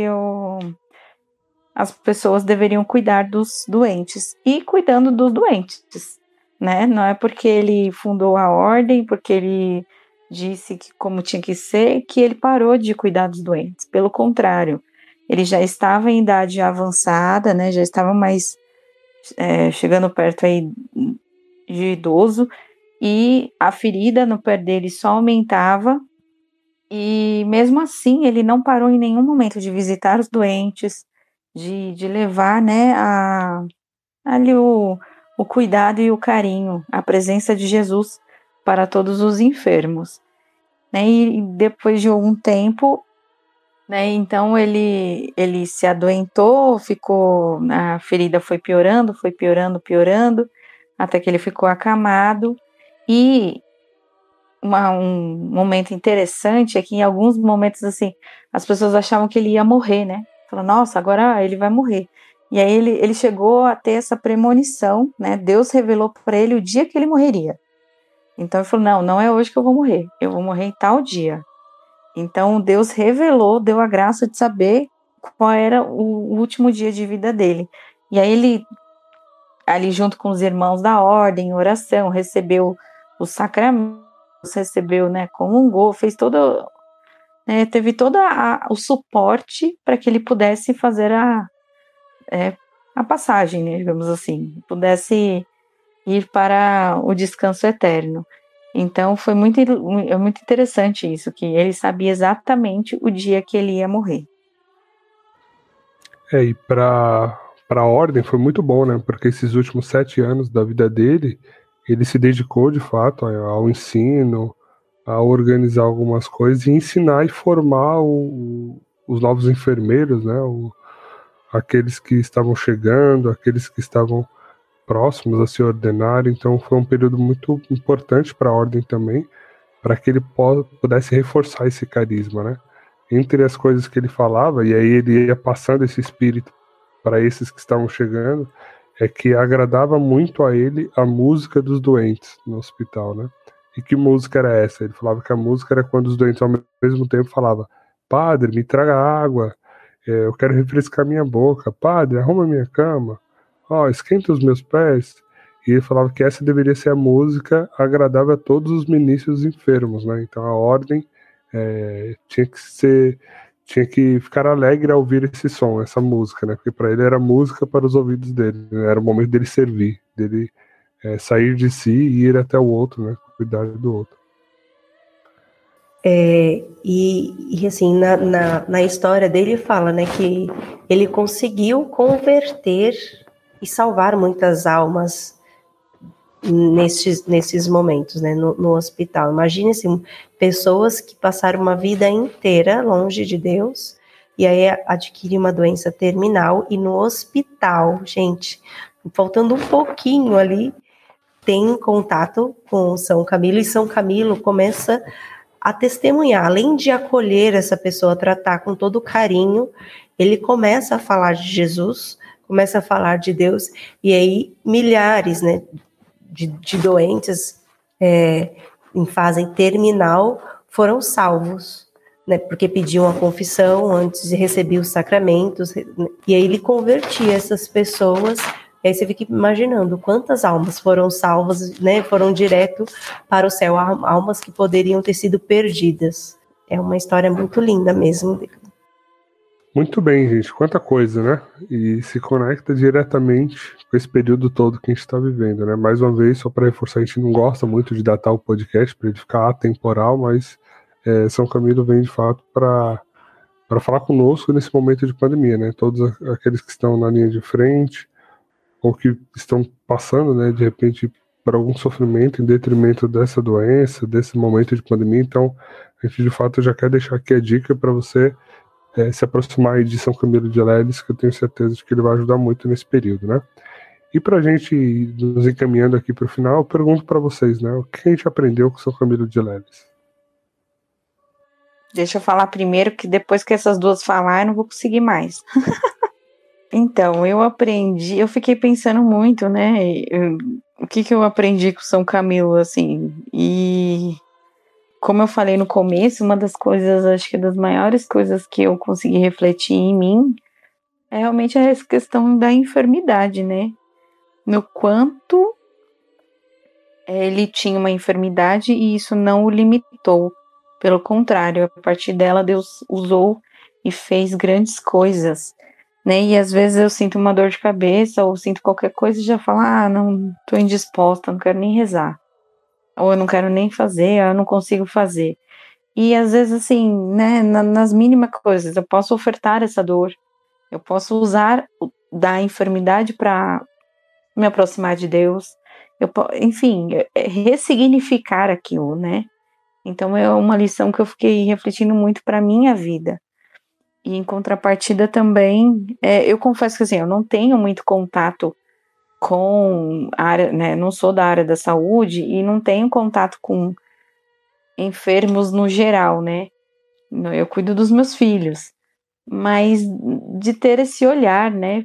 as pessoas deveriam cuidar dos doentes e cuidando dos doentes, né? Não é porque ele fundou a ordem, porque ele disse que como tinha que ser, que ele parou de cuidar dos doentes. Pelo contrário, ele já estava em idade avançada, né? Já estava mais chegando perto aí de idoso, e a ferida no pé dele só aumentava, e mesmo assim ele não parou em nenhum momento de visitar os doentes, de levar, né, ali o cuidado e o carinho, a presença de Jesus para todos os enfermos, né, e depois de algum tempo, né, então ele se adoentou, a ferida foi piorando, até que ele ficou acamado. E um momento interessante é que em alguns momentos, assim, as pessoas achavam que ele ia morrer, né? Falaram, nossa, agora ele vai morrer. E aí ele chegou a ter essa premonição, né? Deus revelou para ele o dia que ele morreria. Então ele falou, não é hoje que eu vou morrer em tal dia. Então Deus revelou, deu a graça de saber qual era o último dia de vida dele. E aí ele, ali junto com os irmãos da ordem, oração, recebeu os sacramentos, recebeu, né, comungou, fez todo, né, teve todo o suporte para que ele pudesse fazer a passagem, né, digamos assim, pudesse ir para o descanso eterno. Então foi muito interessante isso, que ele sabia exatamente o dia que ele ia morrer. E para a ordem foi muito bom, né? Porque esses últimos 7 anos da vida dele, ele se dedicou de fato ao ensino, a organizar algumas coisas e ensinar e formar os novos enfermeiros, né? Aqueles que estavam chegando, aqueles que estavam próximos a se ordenar. Então foi um período muito importante para a ordem também, para que ele pudesse reforçar esse carisma, né? Entre as coisas que ele falava, e aí ele ia passando esse espírito para esses que estavam chegando, é que agradava muito a ele a música dos doentes no hospital, né? E que música era essa? Ele falava que a música era quando os doentes ao mesmo tempo falavam, padre, me traga água, eu quero refrescar minha boca, padre, arruma minha cama, esquenta os meus pés. E ele falava que essa deveria ser a música agradável a todos os ministros enfermos, né? Então a ordem tinha que ficar alegre ao ouvir esse som, essa música, né? Porque para ele era música para os ouvidos dele, né? Era o momento dele servir, dele sair de si e ir até o outro, né? Cuidar do outro. E assim, na história dele fala, né, que ele conseguiu converter e salvar muitas almas nesses momentos, né, no hospital. Imagine assim, pessoas que passaram uma vida inteira longe de Deus e aí adquirem uma doença terminal e no hospital, gente, faltando um pouquinho ali, tem contato com São Camilo e São Camilo começa a testemunhar, além de acolher essa pessoa, tratar com todo carinho, ele começa a falar de Jesus, começa a falar de Deus, e aí milhares, né, de doentes em fase terminal foram salvos, né, porque pediam a confissão antes de receber os sacramentos, e aí ele convertia essas pessoas. E aí você fica imaginando quantas almas foram salvas, né, foram direto para o céu, almas que poderiam ter sido perdidas. É uma história muito linda mesmo. Muito bem, gente, quanta coisa, né? E se conecta diretamente com esse período todo que a gente está vivendo, né? Mais uma vez, só para reforçar, a gente não gosta muito de datar o podcast para ele ficar atemporal, mas São Camilo vem de fato para falar conosco nesse momento de pandemia, né? Todos aqueles que estão na linha de frente ou que estão passando, né, de repente, por algum sofrimento em detrimento dessa doença, desse momento de pandemia. Então, a gente de fato já quer deixar aqui a dica para você se aproximar aí de São Camilo de Leles, que eu tenho certeza de que ele vai ajudar muito nesse período, né? E para a gente nos encaminhando aqui para o final, eu pergunto para vocês, né? O que a gente aprendeu com São Camilo de Leles? Deixa eu falar primeiro, que depois que essas duas falarem, eu não vou conseguir mais. Então, eu fiquei pensando muito, né? O que eu aprendi com São Camilo, assim, e como eu falei no começo, uma das coisas, acho que das maiores coisas que eu consegui refletir em mim é realmente essa questão da enfermidade, né? No quanto ele tinha uma enfermidade e isso não o limitou. Pelo contrário, a partir dela Deus usou e fez grandes coisas, né? E às vezes eu sinto uma dor de cabeça ou sinto qualquer coisa e já falo, não tô indisposta, não quero nem rezar. Ou eu não quero nem fazer, ou eu não consigo fazer. E às vezes assim, né, nas mínimas coisas, eu posso ofertar essa dor, eu posso usar da enfermidade para me aproximar de Deus, enfim, ressignificar aquilo, né? Então é uma lição que eu fiquei refletindo muito para minha vida. E em contrapartida também, eu confesso que assim, eu não tenho muito contato com a área, né, não sou da área da saúde e não tenho contato com enfermos no geral, né? Eu cuido dos meus filhos, mas de ter esse olhar, né?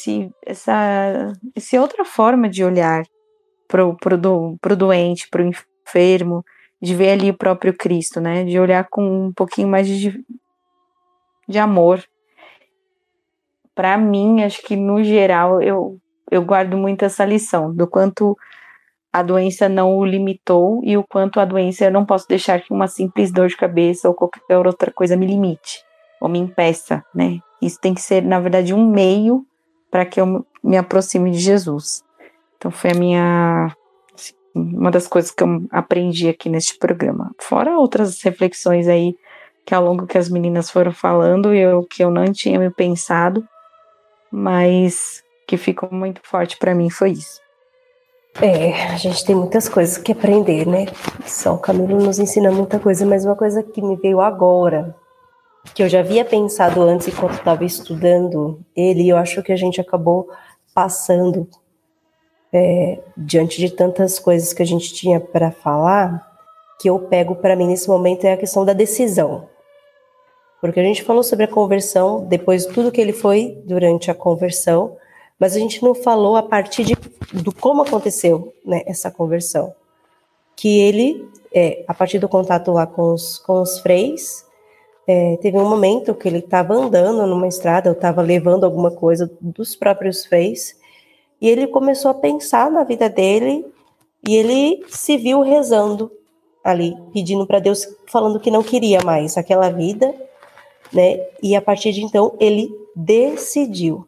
Essa outra forma de olhar pro doente, pro enfermo, de ver ali o próprio Cristo, né? De olhar com um pouquinho mais de amor. Para mim, acho que no geral eu guardo muito essa lição do quanto a doença não o limitou e o quanto a doença eu não posso deixar que uma simples dor de cabeça ou qualquer outra coisa me limite ou me impeça, né? Isso tem que ser, na verdade, um meio para que eu me aproxime de Jesus. Então foi uma das coisas que eu aprendi aqui neste programa. Fora outras reflexões aí que ao longo que as meninas foram falando que eu não tinha me pensado, mas que ficou muito forte para mim foi isso. A gente tem muitas coisas que aprender, né? São Camilo nos ensina muita coisa, mas uma coisa que me veio agora, que eu já havia pensado antes enquanto estava estudando ele, e eu acho que a gente acabou passando diante de tantas coisas que a gente tinha para falar, que eu pego para mim nesse momento é a questão da decisão. Porque a gente falou sobre a conversão, depois de tudo que ele foi durante a conversão, mas a gente não falou a partir do como aconteceu, né, essa conversão. Que ele, a partir do contato lá com os freis, teve um momento que ele estava andando numa estrada, ou estava levando alguma coisa dos próprios freis, e ele começou a pensar na vida dele, e ele se viu rezando ali, pedindo para Deus, falando que não queria mais aquela vida, né? E a partir de então, ele decidiu,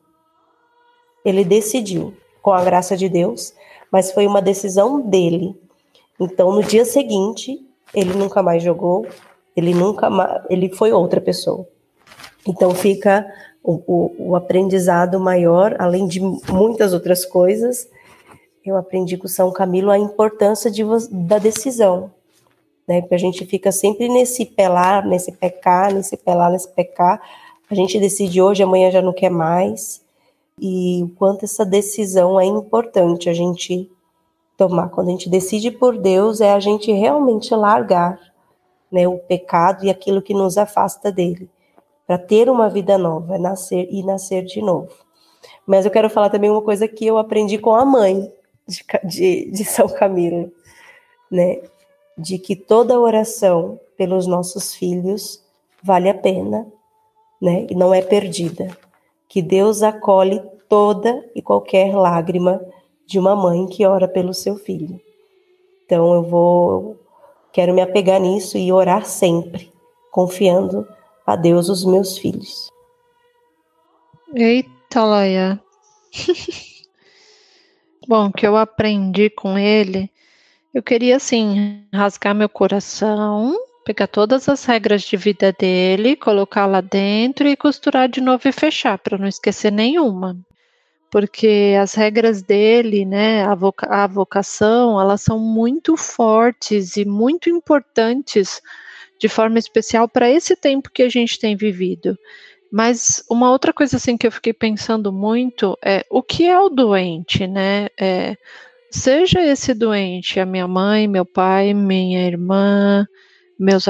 com a graça de Deus, mas foi uma decisão dele. Então, no dia seguinte, ele nunca mais jogou, ele foi outra pessoa. Então, fica o aprendizado maior, além de muitas outras coisas. Eu aprendi com São Camilo a importância da decisão, né? Porque a gente fica sempre nesse pelar, nesse pecar, nesse pelar, nesse pecar. A gente decide hoje, amanhã já não quer mais. E o quanto essa decisão é importante a gente tomar. Quando a gente decide por Deus, é a gente realmente largar, né, o pecado e aquilo que nos afasta dele, para ter uma vida nova, nascer de novo. Mas eu quero falar também uma coisa que eu aprendi com a mãe de São Camilo, né? De que toda oração pelos nossos filhos vale a pena, né? E não é perdida. Que Deus acolhe toda e qualquer lágrima de uma mãe que ora pelo seu filho. Então quero me apegar nisso e orar sempre, confiando a Deus os meus filhos. Eita, Laia. Bom, o que eu aprendi com ele, eu queria, assim, rasgar meu coração, pegar todas as regras de vida dele, colocar lá dentro e costurar de novo e fechar, para não esquecer nenhuma. Porque as regras dele, né, a vocação, elas são muito fortes e muito importantes, de forma especial, para esse tempo que a gente tem vivido. Mas uma outra coisa assim que eu fiquei pensando muito é o que é o doente, né? Seja esse doente a minha mãe, meu pai, minha irmã, meus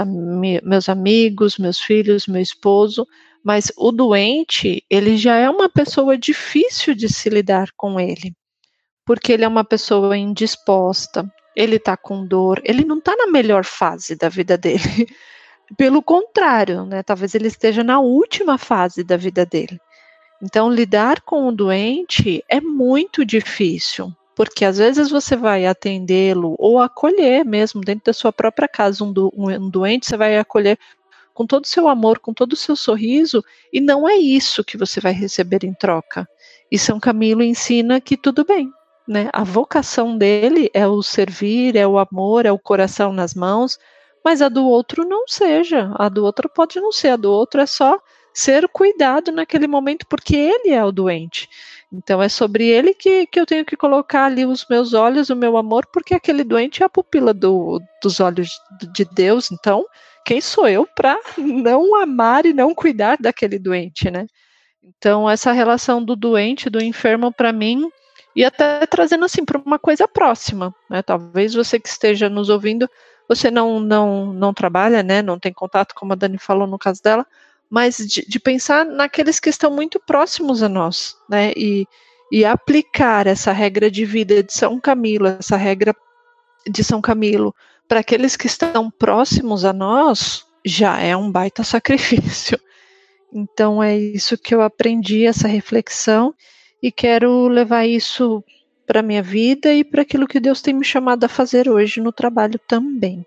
amigos, meus filhos, meu esposo, mas o doente, ele já é uma pessoa difícil de se lidar com ele, porque ele é uma pessoa indisposta, ele está com dor, ele não está na melhor fase da vida dele. Pelo contrário, né? Talvez ele esteja na última fase da vida dele. Então, lidar com o doente é muito difícil, porque às vezes você vai atendê-lo ou acolher mesmo dentro da sua própria casa um doente, você vai acolher com todo o seu amor, com todo o seu sorriso, e não é isso que você vai receber em troca. E São Camilo ensina que tudo bem, né? A vocação dele é o servir, é o amor, é o coração nas mãos, mas a do outro não seja, a do outro pode não ser, a do outro é só ser cuidado naquele momento, porque ele é o doente. Então é sobre ele que eu tenho que colocar ali os meus olhos, o meu amor, porque aquele doente é a pupila dos olhos de Deus. Então, quem sou eu para não amar e não cuidar daquele doente, né? Então, essa relação do doente, do enfermo, para mim, e até trazendo assim para uma coisa próxima, né? Talvez você que esteja nos ouvindo, você não trabalha, né? Não tem contato, como a Dani falou no caso dela, mas de pensar naqueles que estão muito próximos a nós, né? E aplicar essa regra de vida de São Camilo, essa regra de São Camilo, para aqueles que estão próximos a nós, já é um baita sacrifício. Então é isso que eu aprendi, essa reflexão, e quero levar isso para a minha vida e para aquilo que Deus tem me chamado a fazer hoje no trabalho também.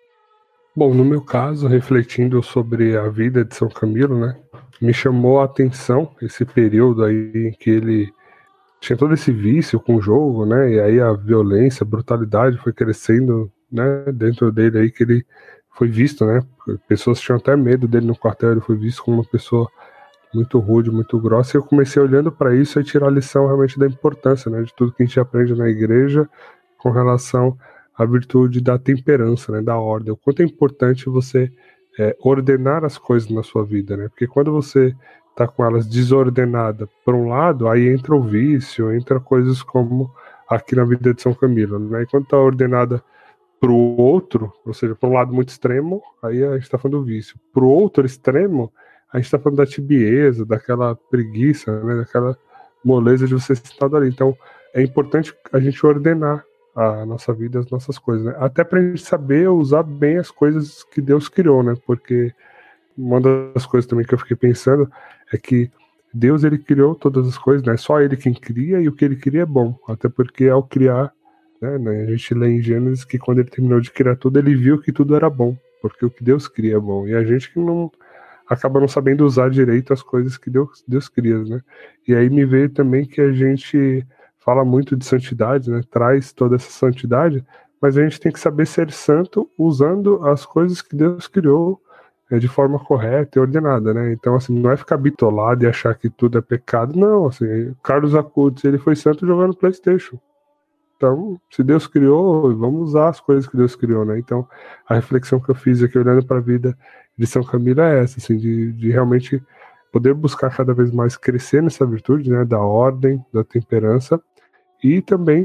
Bom, no meu caso, refletindo sobre a vida de São Camilo, né, me chamou a atenção esse período aí em que ele tinha todo esse vício com o jogo, né, e aí a violência, a brutalidade foi crescendo, né, dentro dele aí, que ele foi visto, né, pessoas tinham até medo dele no quartel, ele foi visto como uma pessoa muito rude, muito grossa, e eu comecei olhando para isso e tirar a lição realmente da importância, né, de tudo que a gente aprende na igreja com relação à virtude da temperança, né, da ordem, o quanto é importante você ordenar as coisas na sua vida, né, porque quando você está com elas desordenadas por um lado, aí entra o vício, entra coisas como aqui na vida de São Camilo, né, e quando está ordenada para o outro, ou seja, para um lado muito extremo, aí a gente está falando do vício, para o outro extremo, a gente está falando da tibieza, daquela preguiça, né, daquela moleza de você estar ali. Então, é importante a gente ordenar a nossa vida, as nossas coisas, né? Até para a gente saber usar bem as coisas que Deus criou, né? Porque uma das coisas também que eu fiquei pensando é que Deus, ele criou todas as coisas, né? Só ele quem cria, e o que ele cria é bom. Até porque ao criar, né, a gente lê em Gênesis que quando ele terminou de criar tudo, ele viu que tudo era bom, porque o que Deus cria é bom. E a gente que não acaba não sabendo usar direito as coisas que Deus cria, né? E aí me veio também que a gente fala muito de santidade, né? Traz toda essa santidade, mas a gente tem que saber ser santo usando as coisas que Deus criou de forma correta e ordenada, né? Então, assim, não é ficar bitolado e achar que tudo é pecado, não. Assim, Carlos Acutis, ele foi santo jogando PlayStation. Então, se Deus criou, vamos usar as coisas que Deus criou, né? Então, a reflexão que eu fiz aqui olhando para a vida de São Camilo é essa, assim, de realmente poder buscar cada vez mais crescer nessa virtude, né, da ordem, da temperança, e também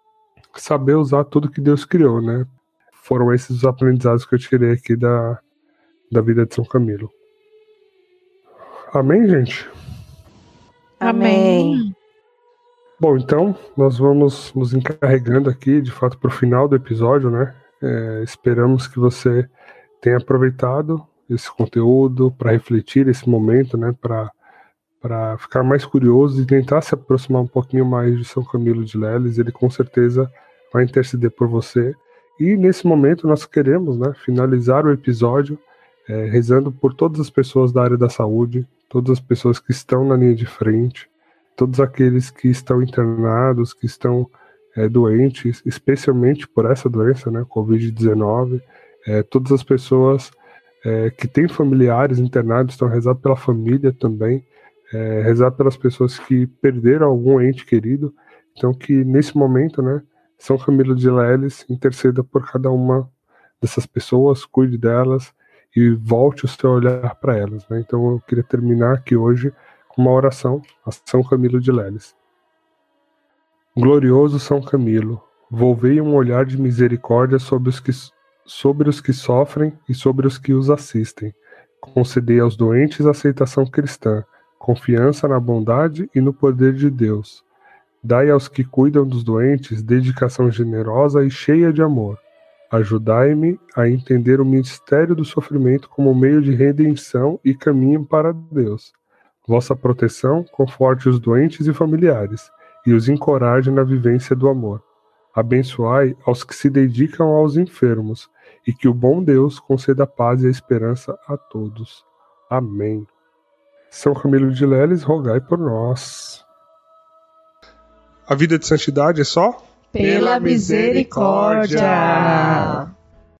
saber usar tudo que Deus criou, né? Foram esses os aprendizados que eu tirei aqui da vida de São Camilo. Amém, gente? Amém. Bom, então, nós vamos nos encarregando aqui, de fato, para o final do episódio, né? Esperamos que você tenha aproveitado esse conteúdo, para refletir esse momento, né, para ficar mais curioso e tentar se aproximar um pouquinho mais de São Camilo de Leles. Ele com certeza vai interceder por você. E nesse momento nós queremos, né, finalizar o episódio rezando por todas as pessoas da área da saúde, todas as pessoas que estão na linha de frente, todos aqueles que estão internados, que estão doentes, especialmente por essa doença, né, Covid-19, todas as pessoas que têm familiares internados, estão rezando pela família também, rezar pelas pessoas que perderam algum ente querido. Então que nesse momento, né, São Camilo de Leles interceda por cada uma dessas pessoas, cuide delas e volte o seu olhar para elas, né? Então eu queria terminar aqui hoje com uma oração a São Camilo de Leles. Glorioso São Camilo, volvei um olhar de misericórdia sobre os que sofrem e sobre os que os assistem. Concedei aos doentes aceitação cristã, confiança na bondade e no poder de Deus. Dai aos que cuidam dos doentes dedicação generosa e cheia de amor. Ajudai-me a entender o mistério do sofrimento como meio de redenção e caminho para Deus. Vossa proteção conforte os doentes e familiares e os encoraje na vivência do amor. Abençoai aos que se dedicam aos enfermos e que o bom Deus conceda a paz e a esperança a todos. Amém. São Camilo de Leles, rogai por nós. A vida de santidade é só pela misericórdia.